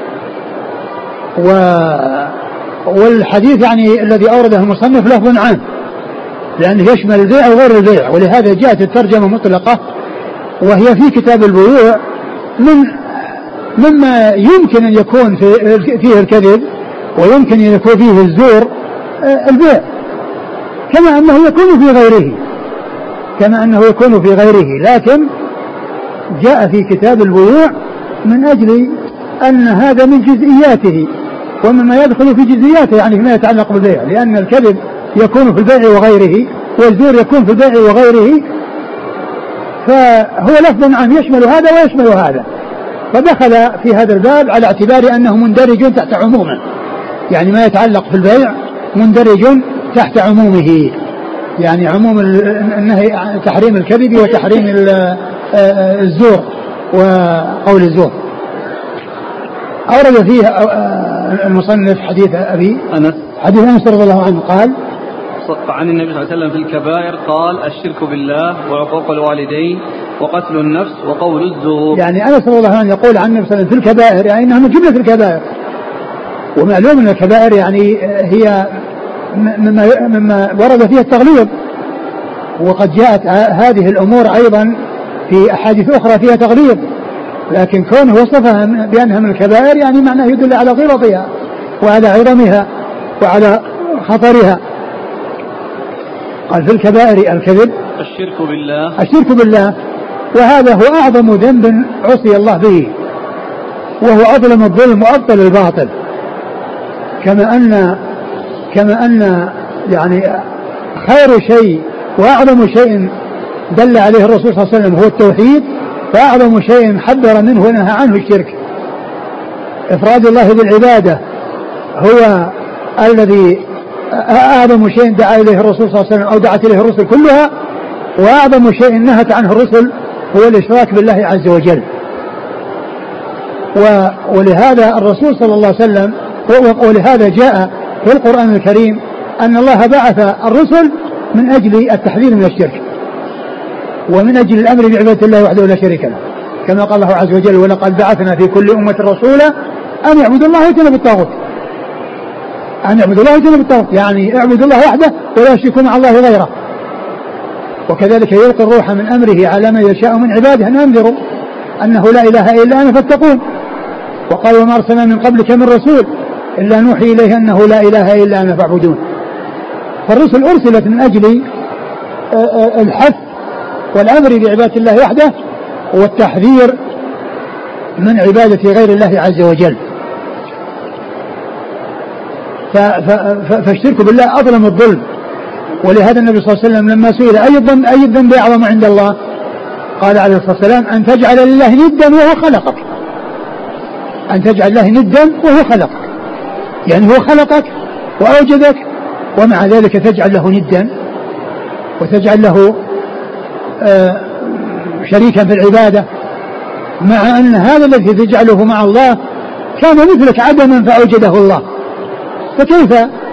والحديث يعني الذي أورده المصنف لفظ عام لأنه يشمل البيع وغير البيع، ولهذا جاءت الترجمة مطلقة، وهي في كتاب البيوع مما يمكن أن يكون فيه الكذب ويمكن أن يكون فيه الزور البيع، كما أنه يكون في غيره، لكن جاء في كتاب البيوع من أجل أن هذا من جزئياته ومما يدخل في جزئياته، يعني فيما يتعلق بالبيع، لأن الكذب يكون في البيع وغيره والزور يكون في البيع وغيره، فهو لفظ عام يشمل هذا ويشمل هذا، فدخل في هذا الباب على اعتبار أنه مندرج تحت عمومه، يعني ما يتعلق في البيع مندرج تحت عمومه، يعني عموم النهي تحريم الكذب وتحريم الزور وقول الزور. أورد فيه المصنف حديث أنس رضي الله عنه قال عن النبي صلى الله عليه وسلم في الكبائر قال: الشرك بالله وعقوق الوالدين وقتل النفس وقول الزور. يعني أنس رضي الله عنه يقول عن النبي صلى الله عليه وسلم في الكبائر، يعني إنها من جملة الكبائر، ومعلوم أن الكبائر يعني هي مما ورد فيها التغليظ، وقد جاءت هذه الأمور أيضا في أحاديث أخرى فيها تغليظ، لكن كونه وصفها بأنها من الكبائر يعني معناه يدل على غلظها وعلى عظمها وعلى خطرها. قال في الكبائر الكذب الشرك بالله، وهذا هو أعظم ذنب عصي الله به، وهو أظلم الظلم وأبطل الباطل، كما أن يعني خير شيء وأعظم شيء دل عليه الرسول صلى الله عليه وسلم هو التوحيد، فأعظم شيء حذر منه ونهى عنه الشرك. إفراد الله بالعبادة هو الذي أعظم شيء دعا إليه الرسول صلى الله عليه وسلم أو دعت إليه الرسل كلها، وأعظم شيء نهت عنه الرسل هو الإشراك بالله عز وجل. ولهذا الرسول صلى الله عليه وسلم ولهذا جاء في القرآن الكريم أن الله بعث الرسل من أجل التحذير من الشرك ومن أجل الأمر بعبادة الله وحده لا شريك له، كما قال الله عز وجل: ولقد بعثنا في كل أمة رسولا أن يعبدوا الله ويجتنبوا الطاغوت. يعني اعبدوا الله وحده ولا يشركوا مع الله غيره. وكذلك يلقي الروح من أمره على من يشاء من عباده أن ينذروا أنه لا إله إلا أنا فاتقون. وقال: وما أرسلنا من قبلك من رسول إلا نوحي إليه أنه لا إله إلا أنا فاعبدون. فالرسل أرسلت من أجل الحث والأمر بعبادة الله وحده والتحذير من عبادة غير الله عز وجل. فالشرك بالله أظلم الظلم. ولهذا النبي صلى الله عليه وسلم لما سئل أي الذنب أعظم عند الله قال عليه الصلاة والسلام أن تجعل لله ندا وهو خلقك. أن تجعل الله ندا وهو خلقك، يعني هو خلقك وأوجدك ومع ذلك تجعل له ندا وتجعل له شريكا في العبادة، مع أن هذا الذي تجعله مع الله كان مثلك عدما فأوجده الله. فكيف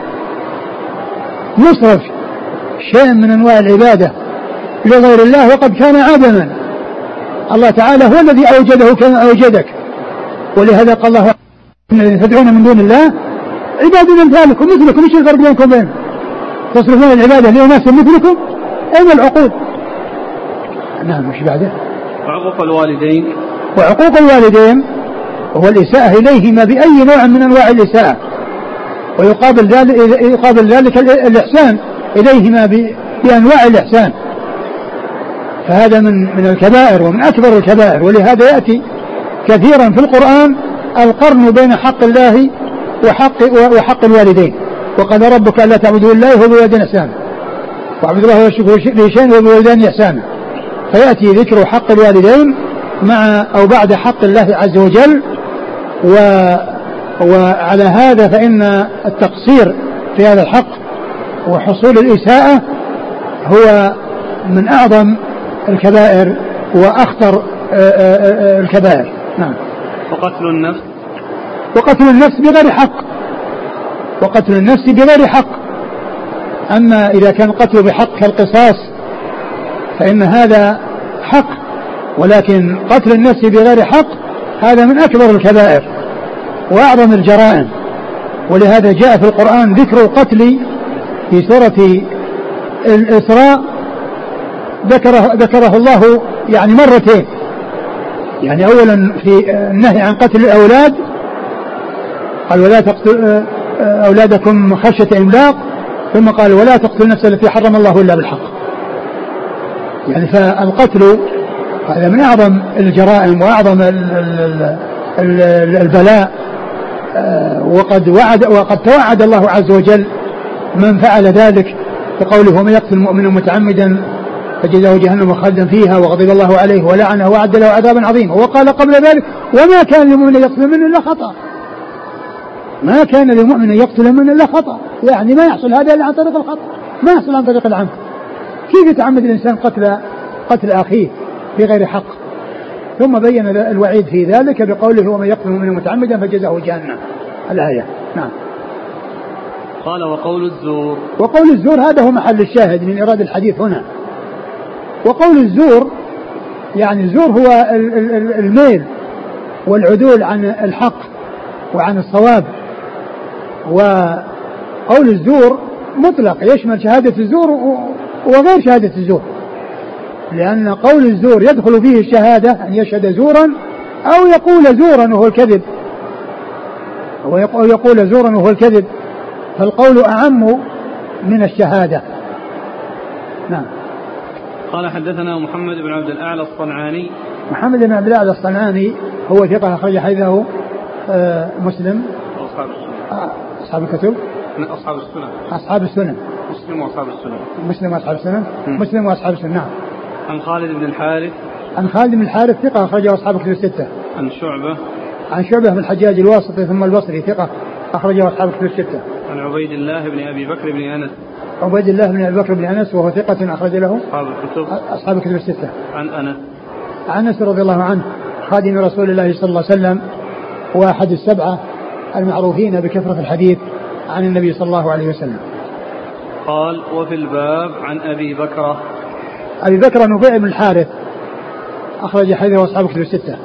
يصرف شيء من أنواع العبادة لغير الله وقد كان عدما؟ الله تعالى هو الذي أوجده كما أوجدك. ولهذا قال الله الذين تدعون من دون الله عباد أمثالكم مثلكم، ايش الفرق بينكم وبين تصرفون العبادة لأناس مثلكم؟ أين العقول؟ نعم. مش بعده؟ وعقوق الوالدين. وعقوق الوالدين هو الإساءة إليهما بأي نوع من أنواع الإساءة، ويقابل ذلك الإحسان إليهما بأنواع الإحسان. فهذا من الكبائر ومن أكبر الكبائر. ولهذا يأتي كثيرا في القرآن القرن بين حق الله وحق الوالدين. وقال ربك ألا تعبدوا الله وبالوالدين إحسانا واعبدوا الله واشركوا به شيئا وبالوالدين إحسانا. فيأتي ذكر حق الوالدين مع أو بعد حق الله عز وجل. وعلى هذا فإن التقصير في هذا الحق وحصول الإساءة هو من أعظم الكبائر وأخطر الكبائر. نعم. وقتل النفس بغير حق. وقتل النفس بغير حق. أما إذا كان القتل بحق كالقصاص فإن هذا حق، ولكن قتل النفس بغير حق هذا من أكبر الكبائر وأعظم الجرائم. ولهذا جاء في القرآن ذكر القتل في سورة الإسراء ذكره الله يعني مرتين. يعني أولا في النهي عن قتل الأولاد قال ولا تقتل أولادكم خشية إملاق، ثم قال ولا تقتل النفس التي حرم الله إلا بالحق. يعني فالقتل هذا من أعظم الجرائم وأعظم البلاء. وقد توعد الله عز وجل من فعل ذلك بقوله ومن يقتل مؤمنا متعمدا فجزاؤه جهنم خالدا فيها وغضب الله عليه ولعنه وأعد له عذابا عظيما. وقال قبل ذلك وما كان لمؤمن يقتل من إلا خطأ. ما كان لمؤمن يقتل من إلا خطأ، يعني ما يحصل هذا إلا عن طريق الخطأ، ما يحصل عن طريق العمد. كيف يتعمد الإنسان قتل أخيه بغير حق؟ ثم بين الوعيد في ذلك بقوله ومن يقتل مؤمنا متعمدا فجزاؤه جهنم الآية. نعم. قال وقول الزور. وقول الزور هذا هو محل الشاهد من إرادة الحديث هنا. وقول الزور يعني الزور هو الميل والعدول عن الحق وعن الصواب. وقول الزور مطلق يشمل شهادة الزور وغير شهادة الزور، لأن قول الزور يدخل فيه الشهادة أن يشهد زورا أو يقول زورا وهو الكذب، أو يقول زورا وهو الكذب، فالقول أعم من الشهادة. نعم. قال حدثنا محمد بن عبد الأعلى الصنعاني. محمد بن عبد الأعلى الصنعاني هو ثقة أخرج حديثه مسلم وأصحاب السنن. أصحاب الكتب. أصحاب السنن. مسلم وأصحاب السنن. مسلم وأصحاب السنن. نعم. عن خالد بن الحارث. عن خالد بن الحارث ثقة أخرجه أصحاب الكتب الستة. عن شعبة بن الحجاج الواسطي ثم البصري ثقة أخرجه أصحاب الكتب الستة. عن عبيد الله بن أبي بكر بن أنس. عبيد الله بن أبي بكر بن أنس وهو ثقة أخرج له أصحاب الكتب الستة. عن أنس رضي الله عنه خادم رسول الله صلى الله عليه وسلم وأحد السبعة المعروفين بكثرة الحديث عن النبي صلى الله عليه وسلم. قال وفي الباب عن أبي بكر نفيع بن الحارث أخرج حديثه أصحاب الكتب الستة.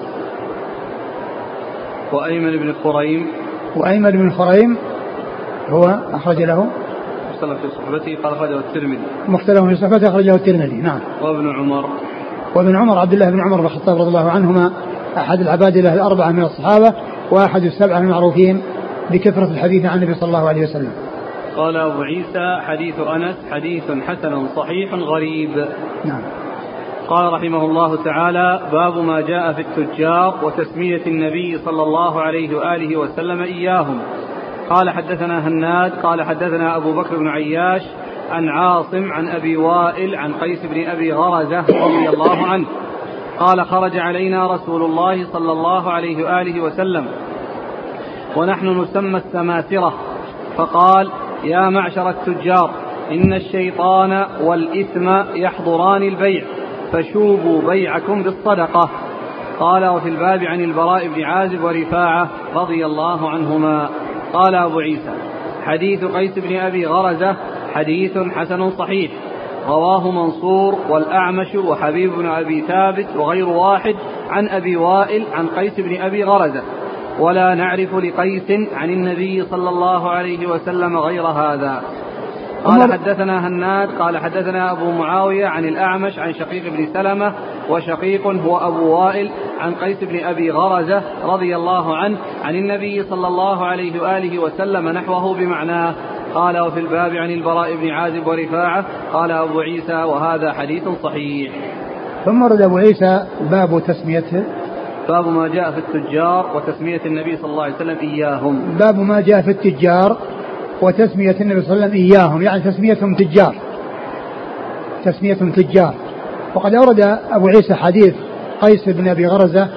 وأيمن بن خريم هو أخرج له مختلف في صحبته قال أخرجه الترمذي. مختلف في صحبته أخرجه الترمذي. نعم. وابن عمر عبد الله بن عمر بن الخطاب رضي الله عنهما أحد العبادلة الأربعة من الصحابة وأحد السبعة المعروفين بكثرة الحديث عن النبي صلى الله عليه وسلم. قال أبو عيسى حديث أنس حديث حسن صحيح غريب. نعم. قال رحمه الله تعالى: باب ما جاء في التجار وتسمية النبي صلى الله عليه وآله وسلم إياهم. قال حدثنا هناد قال حدثنا أبو بكر بن عياش عن عاصم عن أبي وائل عن قيس بن أبي غرزة رضي الله عنه قال: خرج علينا رسول الله صلى الله عليه وآله وسلم ونحن نسمى السماسرة، فقال: يا معشر التجار، إن الشيطان والإثم يحضران البيع، فشوبوا بيعكم بالصدقة. قال: وفي الباب عن البراء بن عازب ورفاعة رضي الله عنهما. قال أبو عيسى: حديث قيس بن أبي غرزة حديث حسن صحيح، رواه منصور والأعمش وحبيب بن أبي ثابت وغير واحد عن أبي وائل عن قيس بن أبي غرزة، ولا نعرف لقيس عن النبي صلى الله عليه وسلم غير هذا. قال حدثنا هناد قال حدثنا أبو معاوية عن الأعمش عن شقيق بن سلمة، وشقيق هو أبو وائل عن قيس بن أبي غرزة رضي الله عنه عن النبي صلى الله عليه وآله وسلم نحوه بمعناه. قال: وفي الباب عن البراء بن عازب ورفاعة. قال أبو عيسى: وهذا حديث صحيح. ثم رد أبو عيسى باب تسميته، باب ما جاء في التجار وتسمية النبي صلى الله عليه وسلم إياهم. باب ما جاء في التجار وتسمية النبي صلى الله عليه وسلم إياهم، يعني تسميتهم تجار، تسميتهم تجار. وقد أورد أبو عيسى حديث قيس بن أبي غرزة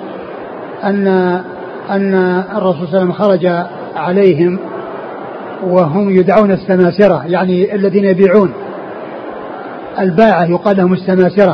أن الرسول صلى الله عليه وسلم خرج عليهم وهم يدعون السماسرة، يعني الذين يبيعون الباعة يقال لهم السماسرة.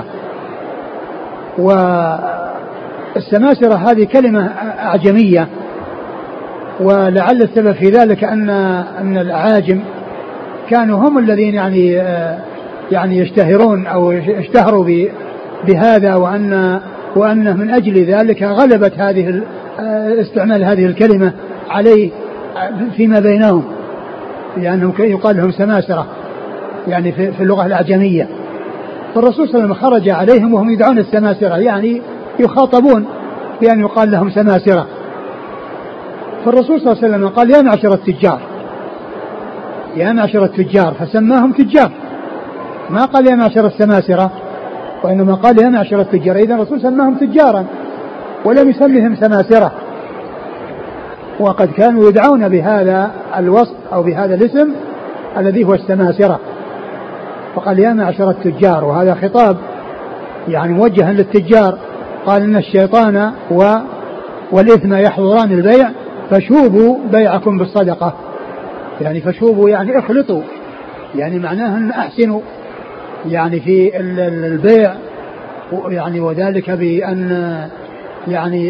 والسماسرة هذه كلمة أعجمية، ولعل السبب في ذلك أن الأعاجم كانوا هم الذين يعني يشتهرون أو اشتهروا بهذا، وأنه من أجل ذلك غلبت هذه استعمال هذه الكلمة عليه فيما بينهم، لأنهم يقال لهم سماسرة يعني في اللغة الأعجمية. فالرسول صلى الله عليه وسلم خرج عليهم وهم يدعون السماسرة، يعني يخاطبون بأن يقال لهم سماسرة. فالرسول صلى الله عليه وسلم قال: يا معشر التجار، يا معشر التجار، فسماهم تجار، ما قال يا معشر السماسرة، وإنما قال يا معشر التجار. إذا الرسول سماهم تجارا ولم يسمهم سماسرة، وقد كانوا يدعون بهذا الوصف أو بهذا الاسم الذي هو السماسرة، فقال يا معشر التجار، وهذا خطاب يعني موجها للتجار. قال: إن الشيطان والإثم يحضران البيع، فشوبوا بيعكم بالصدقة. يعني فشوبوا يعني اخلطوا، يعني معناها أن أحسنوا يعني في البيع، يعني وذلك بأن يعني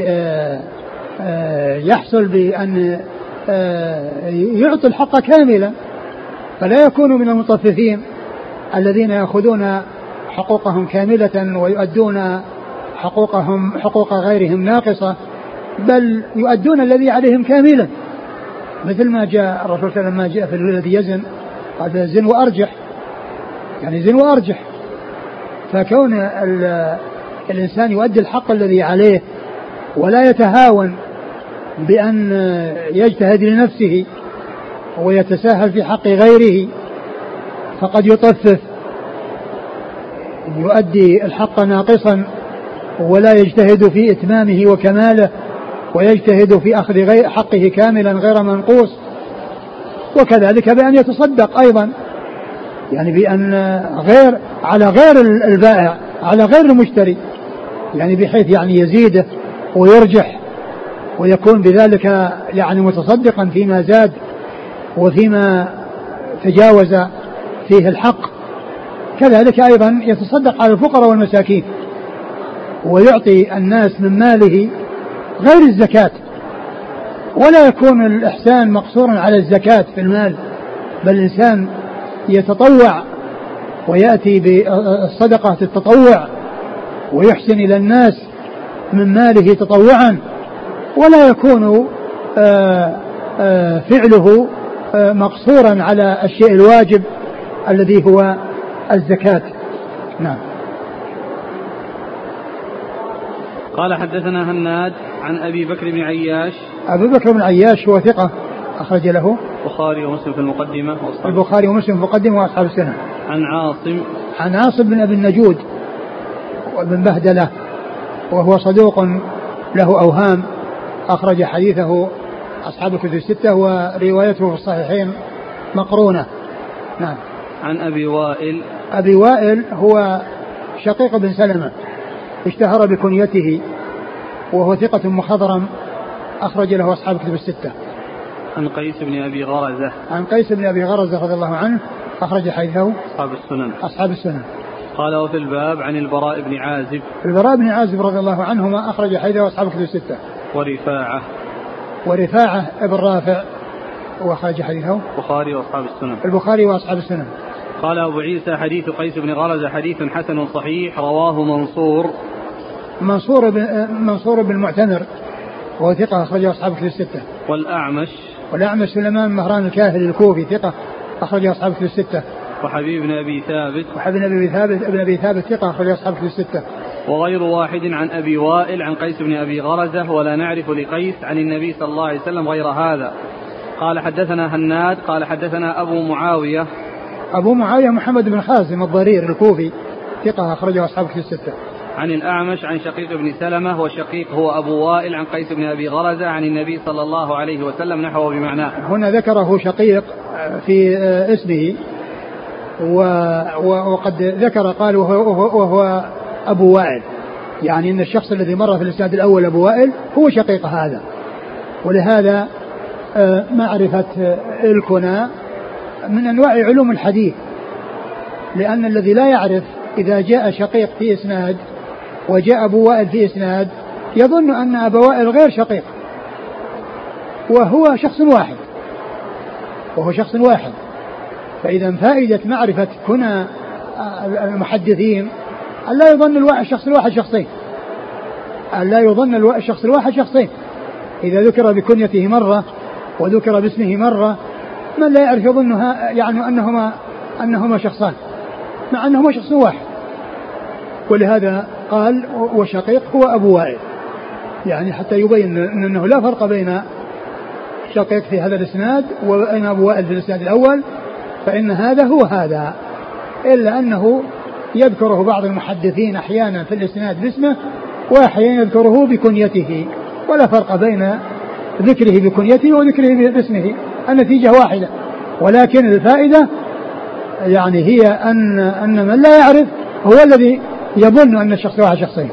يحصل بأن يعطي الحق كاملا، فلا يكونوا من المطففين الذين يأخذون حقوقهم كاملة ويؤدون حقوق غيرهم ناقصة، بل يؤدون الذي عليهم كاملا، مثل ما جاء الرسول صلى الله عليه وسلم ما جاء في الذي يزن قال: زن وأرجح، يعني زن وأرجح. فكون الإنسان يؤدي الحق الذي عليه ولا يتهاون بأن يجتهد لنفسه ويتساهل في حق غيره، فقد يطفف، يؤدي الحق ناقصا ولا يجتهد في إتمامه وكماله، ويجتهد في أخذ حقه كاملا غير منقوص. وكذلك بأن يتصدق أيضا، يعني بأن على غير البائع، على غير المشتري، يعني بحيث يعني يزيده ويرجح ويكون بذلك يعني متصدقا فيما زاد وفيما تجاوز فيه الحق. كذلك أيضا يتصدق على الفقراء والمساكين، ويعطي الناس من ماله غير الزكاة، ولا يكون الإحسان مقصورا على الزكاة في المال، بل الإنسان يتطوع ويأتي بالصدقة التطوع ويحسن إلى الناس من ماله تطوعا، ولا يكون فعله مقصورا على الشيء الواجب الذي هو الزكاة. نعم. قال: حدثنا هناد عن أبي بكر بن عياش. أبي بكر بن عياش هو ثقة أخرج له البخاري ومسلم في المقدمة البخاري ومسلم في المقدمة وأصحاب السنن. عن عاصم بن أبي النجود وابن بهدلة وهو صدوق له أوهام أخرج حديثه أصحاب الكتب الستة وروايته في الصحيحين مقرونة. نعم. عن أبي وائل هو شقيق بن سلمة اشتهر بكنيته وهو ثقة مخضرم أخرج له أصحاب الكتب الستة. عن قيس بن أبي غرزة رضي الله عنه أخرج حديثه أصحاب السنن. قال وفي الباب عن البراء بن عازب رضي الله عنهما أخرج حديثه أصحاب الكتب الستة. ورفاعة ابن رافع وأخرج حديثه البخاري وأصحاب السنن. قال أبو عيسى حديث قيس بن غرزة حديث حسن صحيح رواه منصور بن المعتمر وهو ثقة أخرجه أصحاب الكتب الستة. والأعمش سليمان مهران الكاهلي الكوفي ثقة أخرجه أصحاب الكتب الستة. وحبيب بن أبي ثابت ثقة أخرجه أصحاب الكتب الستة. وغير واحد عن أبي وائل عن قيس بن أبي غرزة ولا نعرف لقيس عن النبي صلى الله عليه وسلم غير هذا. قال حدثنا هناد قال حدثنا أبو معاوية محمد بن خازم الضرير الكوفي ثقة أخرجه أصحاب الكتب الستة. عن الأعمش عن شقيق بن سلمة وشقيق هو أبو وائل عن قيس بن أبي غرزة عن النبي صلى الله عليه وسلم نحوه بمعناه. هنا ذكره شقيق في اسمه وقد ذكر قال وهو أبو وائل، يعني أن الشخص الذي مر في الإسناد الأول أبو وائل هو شقيق هذا. ولهذا معرفة الكنى من أنواع علوم الحديث، لأن الذي لا يعرف إذا جاء شقيق في إسناد وجاء أبو وائل في إسناد يظن أن أبو وائل غير شقيق وهو شخص واحد. فإذا فائدة معرفة كنى المحدثين ألا يظن الشخص الواحد شخصين، إذا ذكر بكنيته مرة وذكر باسمه مرة من لا يعرف يظنها يعني أنهما شخصان مع أنهما شخص واحد. ولهذا قال وشقيق هو أبو وائل، يعني حتى يبين أنه لا فرق بين شقيق في هذا الإسناد وبين أبو وائل في الإسناد الأول، فإن هذا هو هذا، إلا أنه يذكره بعض المحدثين أحيانا في الإسناد باسمه وأحيانا يذكره بكنيته، ولا فرق بين ذكره بكنيته وذكره باسمه، النتيجة واحدة. ولكن الفائدة يعني هي أن من لا يعرف هو الذي يظن أن الشخص واحد شخصين.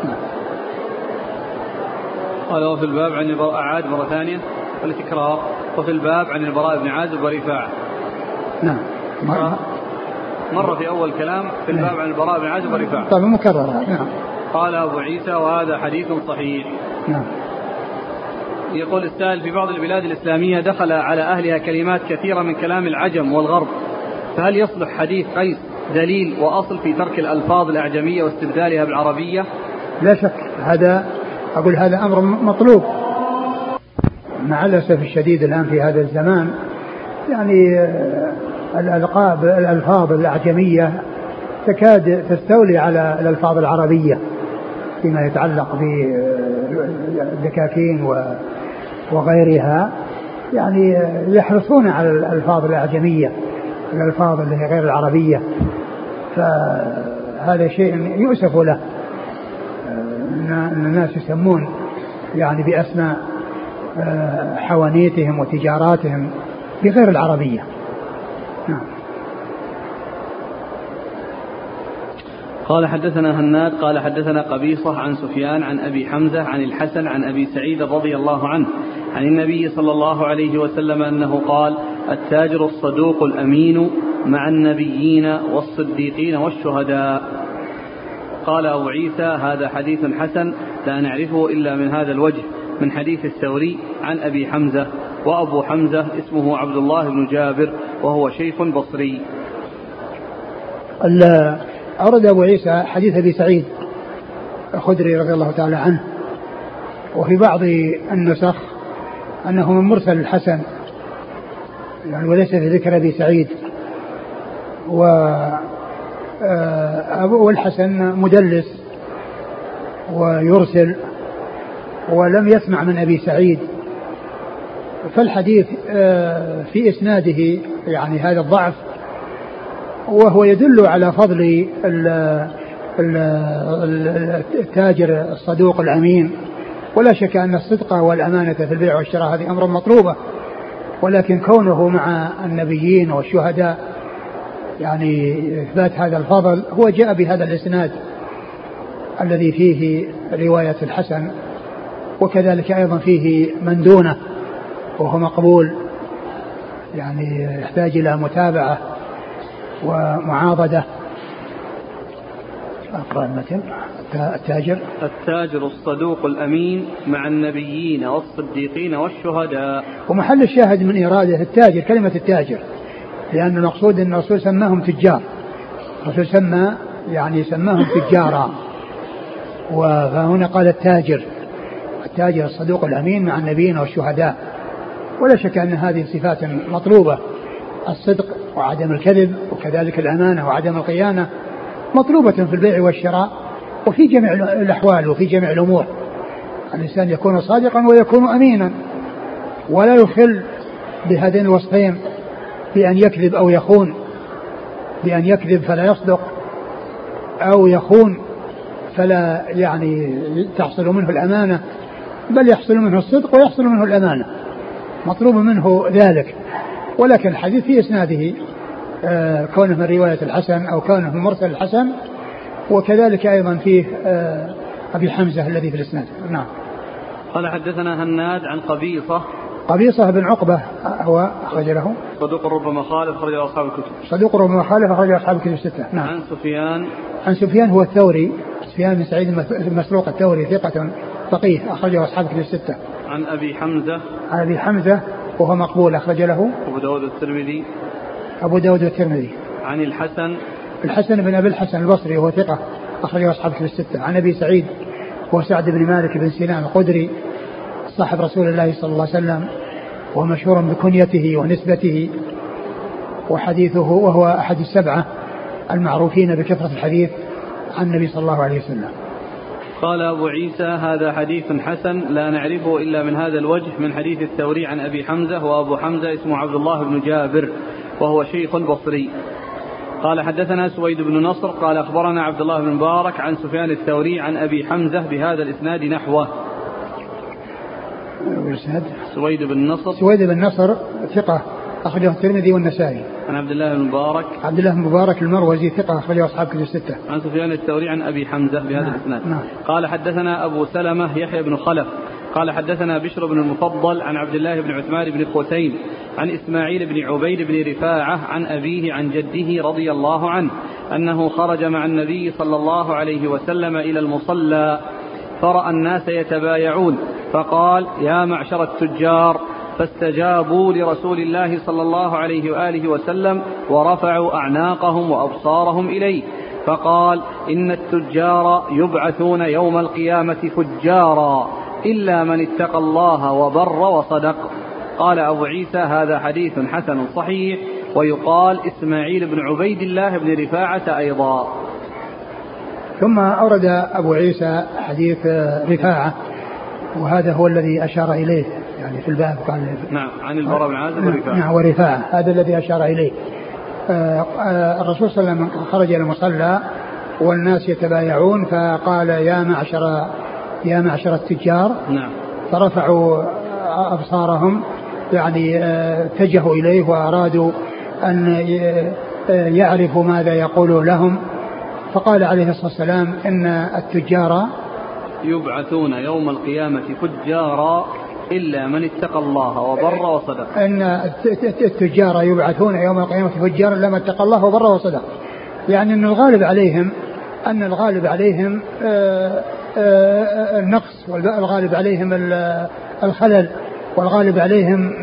قال وفي الباب عن البراء عاد مرة ثانية والتكرار. وفي الباب عن البراء بن عازب ورفاعة. نعم. مرة في أول كلام في الباب عن البراء بن عازب ورفاعة. طبعا مكررة. نعم. قال أبو عيسى وهذا حديث صحيح. نعم. يقول السائل في بعض البلاد الإسلامية دخل على أهلها كلمات كثيرة من كلام العجم والغرب، فهل يصلح حديث قيس دليل وأصل في ترك الألفاظ الأعجمية واستبدالها بالعربية؟ لا شك، هذا أمر مطلوب مع الأسف الشديد الآن في هذا الزمان. يعني الألفاظ الأعجمية تكاد تستولي على الألفاظ العربية فيما يتعلق بالدكاكين وغيرها، يعني يحرصون على الألفاظ الأعجمية، الألفاظ اللي هي غير العربية، فهذا شيء يؤسف له. أن الناس يسمون يعني بأسماء حوانيتهم وتجاراتهم بغير العربية. نعم. قال حدثنا هناد قال حدثنا قبيصة عن سفيان عن أبي حمزة عن الحسن عن أبي سعيد رضي الله عنه عن النبي صلى الله عليه وسلم أنه قال: التاجر الصدوق الأمين مع النبيين والصديقين والشهداء. قال أبو عيسى: هذا حديث حسن لا نعرفه إلا من هذا الوجه، من حديث الثوري عن أبي حمزة، وأبو حمزة اسمه عبد الله بن جابر وهو شيخ بصري. أورد أبو عيسى حديث أبي سعيد الخدري رضي الله تعالى عنه، وفي بعض النسخ أنه من مرسل الحسن يعني وليس في ذكر أبي سعيد. والحسن مدلس ويرسل ولم يسمع من أبي سعيد، فالحديث في إسناده يعني هذا الضعف، وهو يدل على فضل التاجر الصدوق الأمين. ولا شك أن الصدق والأمانة في البيع والشراء هذه أمر مطلوبة، ولكن كونه مع النبيين والشهداء يعني إثبات هذا الفضل هو جاء بهذا الإسناد الذي فيه رواية الحسن، وكذلك أيضا فيه من دونه وهو مقبول، يعني يحتاج إلى متابعة ومعاضدة. أقرأ المتن. التاجر الصدوق الأمين مع النبيين والصديقين والشهداء. ومحل الشاهد من إرادة التاجر كلمة التاجر، لأن المقصود أن الرسول سماهم تجار، الرسول سماهم تجارا، وهنا قال التاجر الصدوق الأمين مع النبيين والشهداء. ولا شك أن هذه صفات مطلوبة، الصدق وعدم الكذب وكذلك الأمانة وعدم الخيانة مطلوبة في البيع والشراء وفي جميع الأحوال وفي جميع الأمور. الإنسان يكون صادقا ويكون أمينا، ولا يخل بهذين الوصفين بأن يكذب أو يخون، بأن يكذب فلا يصدق، أو يخون فلا يعني تحصل منه الأمانة، بل يحصل منه الصدق ويحصل منه الأمانة، مطلوب منه ذلك. ولكن الحديث في إسناده كونه من رواية الحسن أو كونه من مرسل الحسن، وكذلك أيضا فيه أبي حمزة الذي في الإسناد. نعم. قال حدثنا هناد عن قبيصة بن عقبة، هو أخرج له صدوق ربما خالف، أخرج له أصحاب الكتب. صدوق ربما خالف، أخرج له أصحاب الكتب الستة. نعم. عن سفيان هو الثوري، سفيان بن سعيد المسروق الثوري ثقة فقيه، أخرج له أصحاب الكتب الستة. عن أبي حمزة وهو مقبول، أخرج له أبو داود والترمذي. عن الحسن بن أبي الحسن البصري وهو ثقة، أخرج أصحاب الكتب الستة. عن أبي سعيد وهو سعد بن مالك بن سنان الخدري صاحب رسول الله صلى الله عليه وسلم، ومشهور بكنيته ونسبته وحديثه، وهو أحد السبعة المعروفين بكثرة الحديث عن النبي صلى الله عليه وسلم. قال أبو عيسى هذا حديث حسن لا نعرفه إلا من هذا الوجه من حديث الثوري عن أبي حمزة، وأبو حمزة اسمه عبد الله بن جابر وهو شيخ بصري. قال حدثنا سويد بن نصر قال أخبرنا عبد الله بن مبارك عن سفيان الثوري عن أبي حمزة بهذا الإسناد نحوه. سويد بن نصر ثقة، أخرجه الترمذي والنسائي. عن عبد الله بن مبارك المروزي ثقة، أخرجه أصحاب كتب الستة. عن سفيان الثوري عن أبي حمزة بهذا الإسناد. قال حدثنا أبو سلمة يحيى بن خلف قال حدثنا بشر بن المفضل عن عبد الله بن عثمان بن خوتين عن إسماعيل بن عبيد بن رفاعة عن أبيه عن جده رضي الله عنه أنه خرج مع النبي صلى الله عليه وسلم إلى المصلى فرأى الناس يتبايعون فقال يا معشر التجار، فاستجابوا لرسول الله صلى الله عليه وآله وسلم ورفعوا أعناقهم وأبصارهم إليه، فقال إن التجار يبعثون يوم القيامة فجارا إلا من اتقى الله وبر وصدق. قال أبو عيسى هذا حديث حسن صحيح، ويقال إسماعيل بن عبيد الله بن رفاعة أيضا. ثم أورد أبو عيسى حديث رفاعة، وهذا هو الذي أشار إليه يعني في الباب. قال نعم عن البراء بن عازب ورفاعة. نعم ورفاعة، هذا الذي أشار إليه. الرسول صلى الله عليه وسلم خرج إلى المصلى والناس يتبايعون، فقال يا معشر التجار. نعم. فرفعوا أبصارهم يعني اتجهوا إليه وأرادوا أن يعرفوا ماذا يقول لهم، فقال عليه الصلاة والسلام إن التجار يبعثون يوم القيامة فجارا إلا من اتقى الله وبر وصدق. إن التجار يبعثون يوم القيامة فجارا إلا من اتقى الله وبر وصدق، يعني أن الغالب عليهم النقص، والغالب عليهم الخلل، والغالب عليهم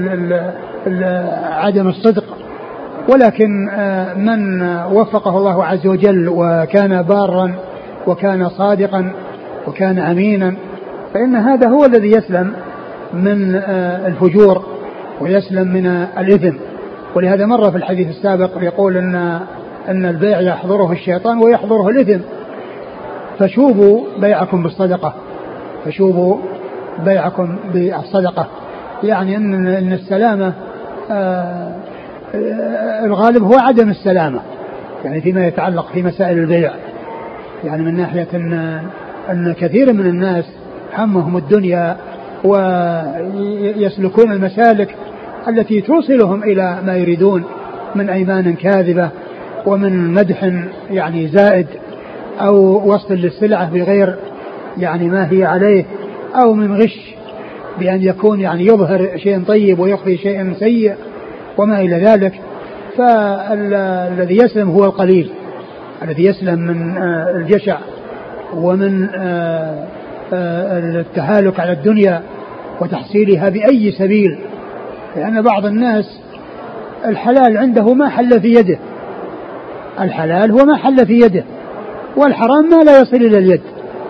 عدم الصدق. ولكن من وفقه الله عز وجل وكان بارا وكان صادقا وكان أمينا، فإن هذا هو الذي يسلم من الفجور ويسلم من الإثم. ولهذا مر في الحديث السابق يقول أن البيع يحضره الشيطان ويحضره الإثم، فشوبوا بيعكم بالصدقة، يعني أن السلامة الغالب هو عدم السلامة، يعني فيما يتعلق في مسائل البيع، يعني من ناحية أن كثير من الناس همهم الدنيا ويسلكون المسالك التي توصلهم إلى ما يريدون من أيمان كاذبة ومن مدح يعني زائد أو وصل للسلعة بغير يعني ما هي عليه، أو من غش بأن يكون يعني يظهر شيء طيب ويخفي شيء سيء وما إلى ذلك. فالذي يسلم هو القليل، الذي يسلم من الجشع ومن التهالك على الدنيا وتحصيلها بأي سبيل، لأن بعض الناس الحلال عنده ما حل في يده، الحلال هو ما حل في يده، والحرام ما لا يصل إلى اليد.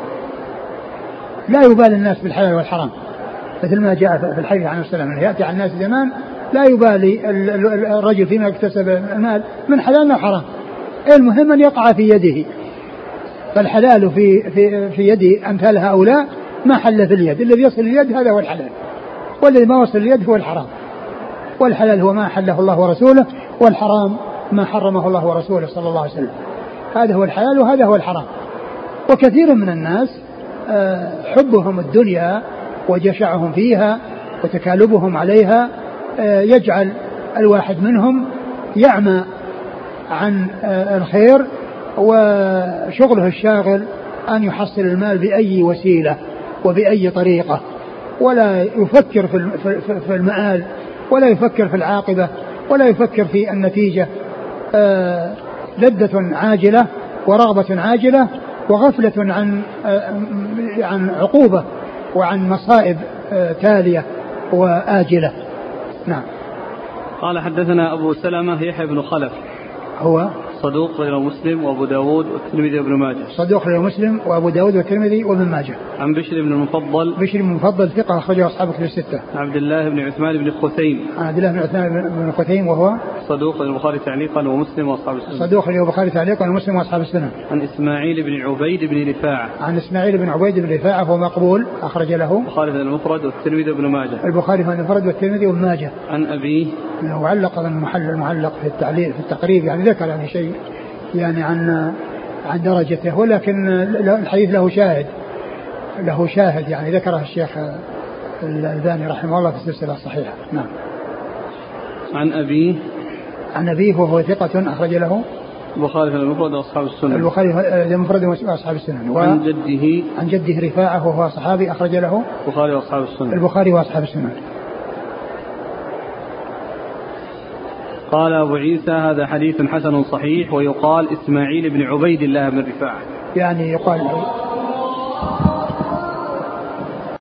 لا يبالي الناس بالحلال والحرام، مثل ما جاء في الحديث عن السلام يأتي على الناس زمان لا يبالي الرجل فيما اكتسب المال من حلال أو حرام، المهم أن يقع في يده. فالحلال في يد أمثال هؤلاء ما حل في اليد، الذي يصل اليد هذا هو الحلال، والذي ما وصل اليد هو الحرام. والحلال هو ما حله الله ورسوله، والحرام ما حرمه الله ورسوله صلى الله عليه وسلم. هذا هو الحلال وهذا هو الحرام. وكثير من الناس حبهم الدنيا وجشعهم فيها وتكالبهم عليها يجعل الواحد منهم يعمى عن الخير، وشغله الشاغل أن يحصل المال بأي وسيلة وبأي طريقة، ولا يفكر في المآل، ولا يفكر في العاقبة، ولا يفكر في النتيجة. لذة عاجلة ورغبة عاجلة وغفلة عن عقوبة وعن مصائب تالية وآجلة. نعم. قال حدثنا أبو سلمة يحيى بن خلف، هو صدوق غير مسلم وأبو داود والترمذي وابن ماجه. صدوق غير مسلم وأبو داود والترمذي وابن ماجه. عن بشر بن المفضل. بشر بن المفضل ثقة أخرجه أصحاب كتب الستة. عبد الله بن عثمان بن خثيم. عبد الله بن عثمان بن خثيم وهو صدوق للبخاري تعليقا ومسلم وأصحاب السنن. صدوق للبخاري تعليقا ومسلم وأصحاب السنن. عن إسماعيل بن عبيد بن رفاعة. عن إسماعيل بن عبيد بن رفاعة هو مقبول أخرج له البخاري في المفرد والترمذي وابن ماجه. البخاري في المفرد والترمذي وابن ماجه. عن أبيه وعلق المعلق في التعليق في التقريب، يعني ذكر يعني شيء يعني عن درجته، ولكن الحديث له شاهد يعني ذكره الشيخ الألباني رحمه الله في السلسلة الصحيحة. نعم. عن أبيه وهو ثقة أخرج له البخاري في المفرد وأصحاب السنن. البخاري في المفرد وأصحاب السنن. عن جده رفاعة وهو صحابي أخرج له البخاري وأصحاب السنن. البخاري وأصحاب السنن. قال أبو عيسى هذا حديث حسن صحيح، ويقال إسماعيل بن عبيد الله بن رفاعة، يعني يقال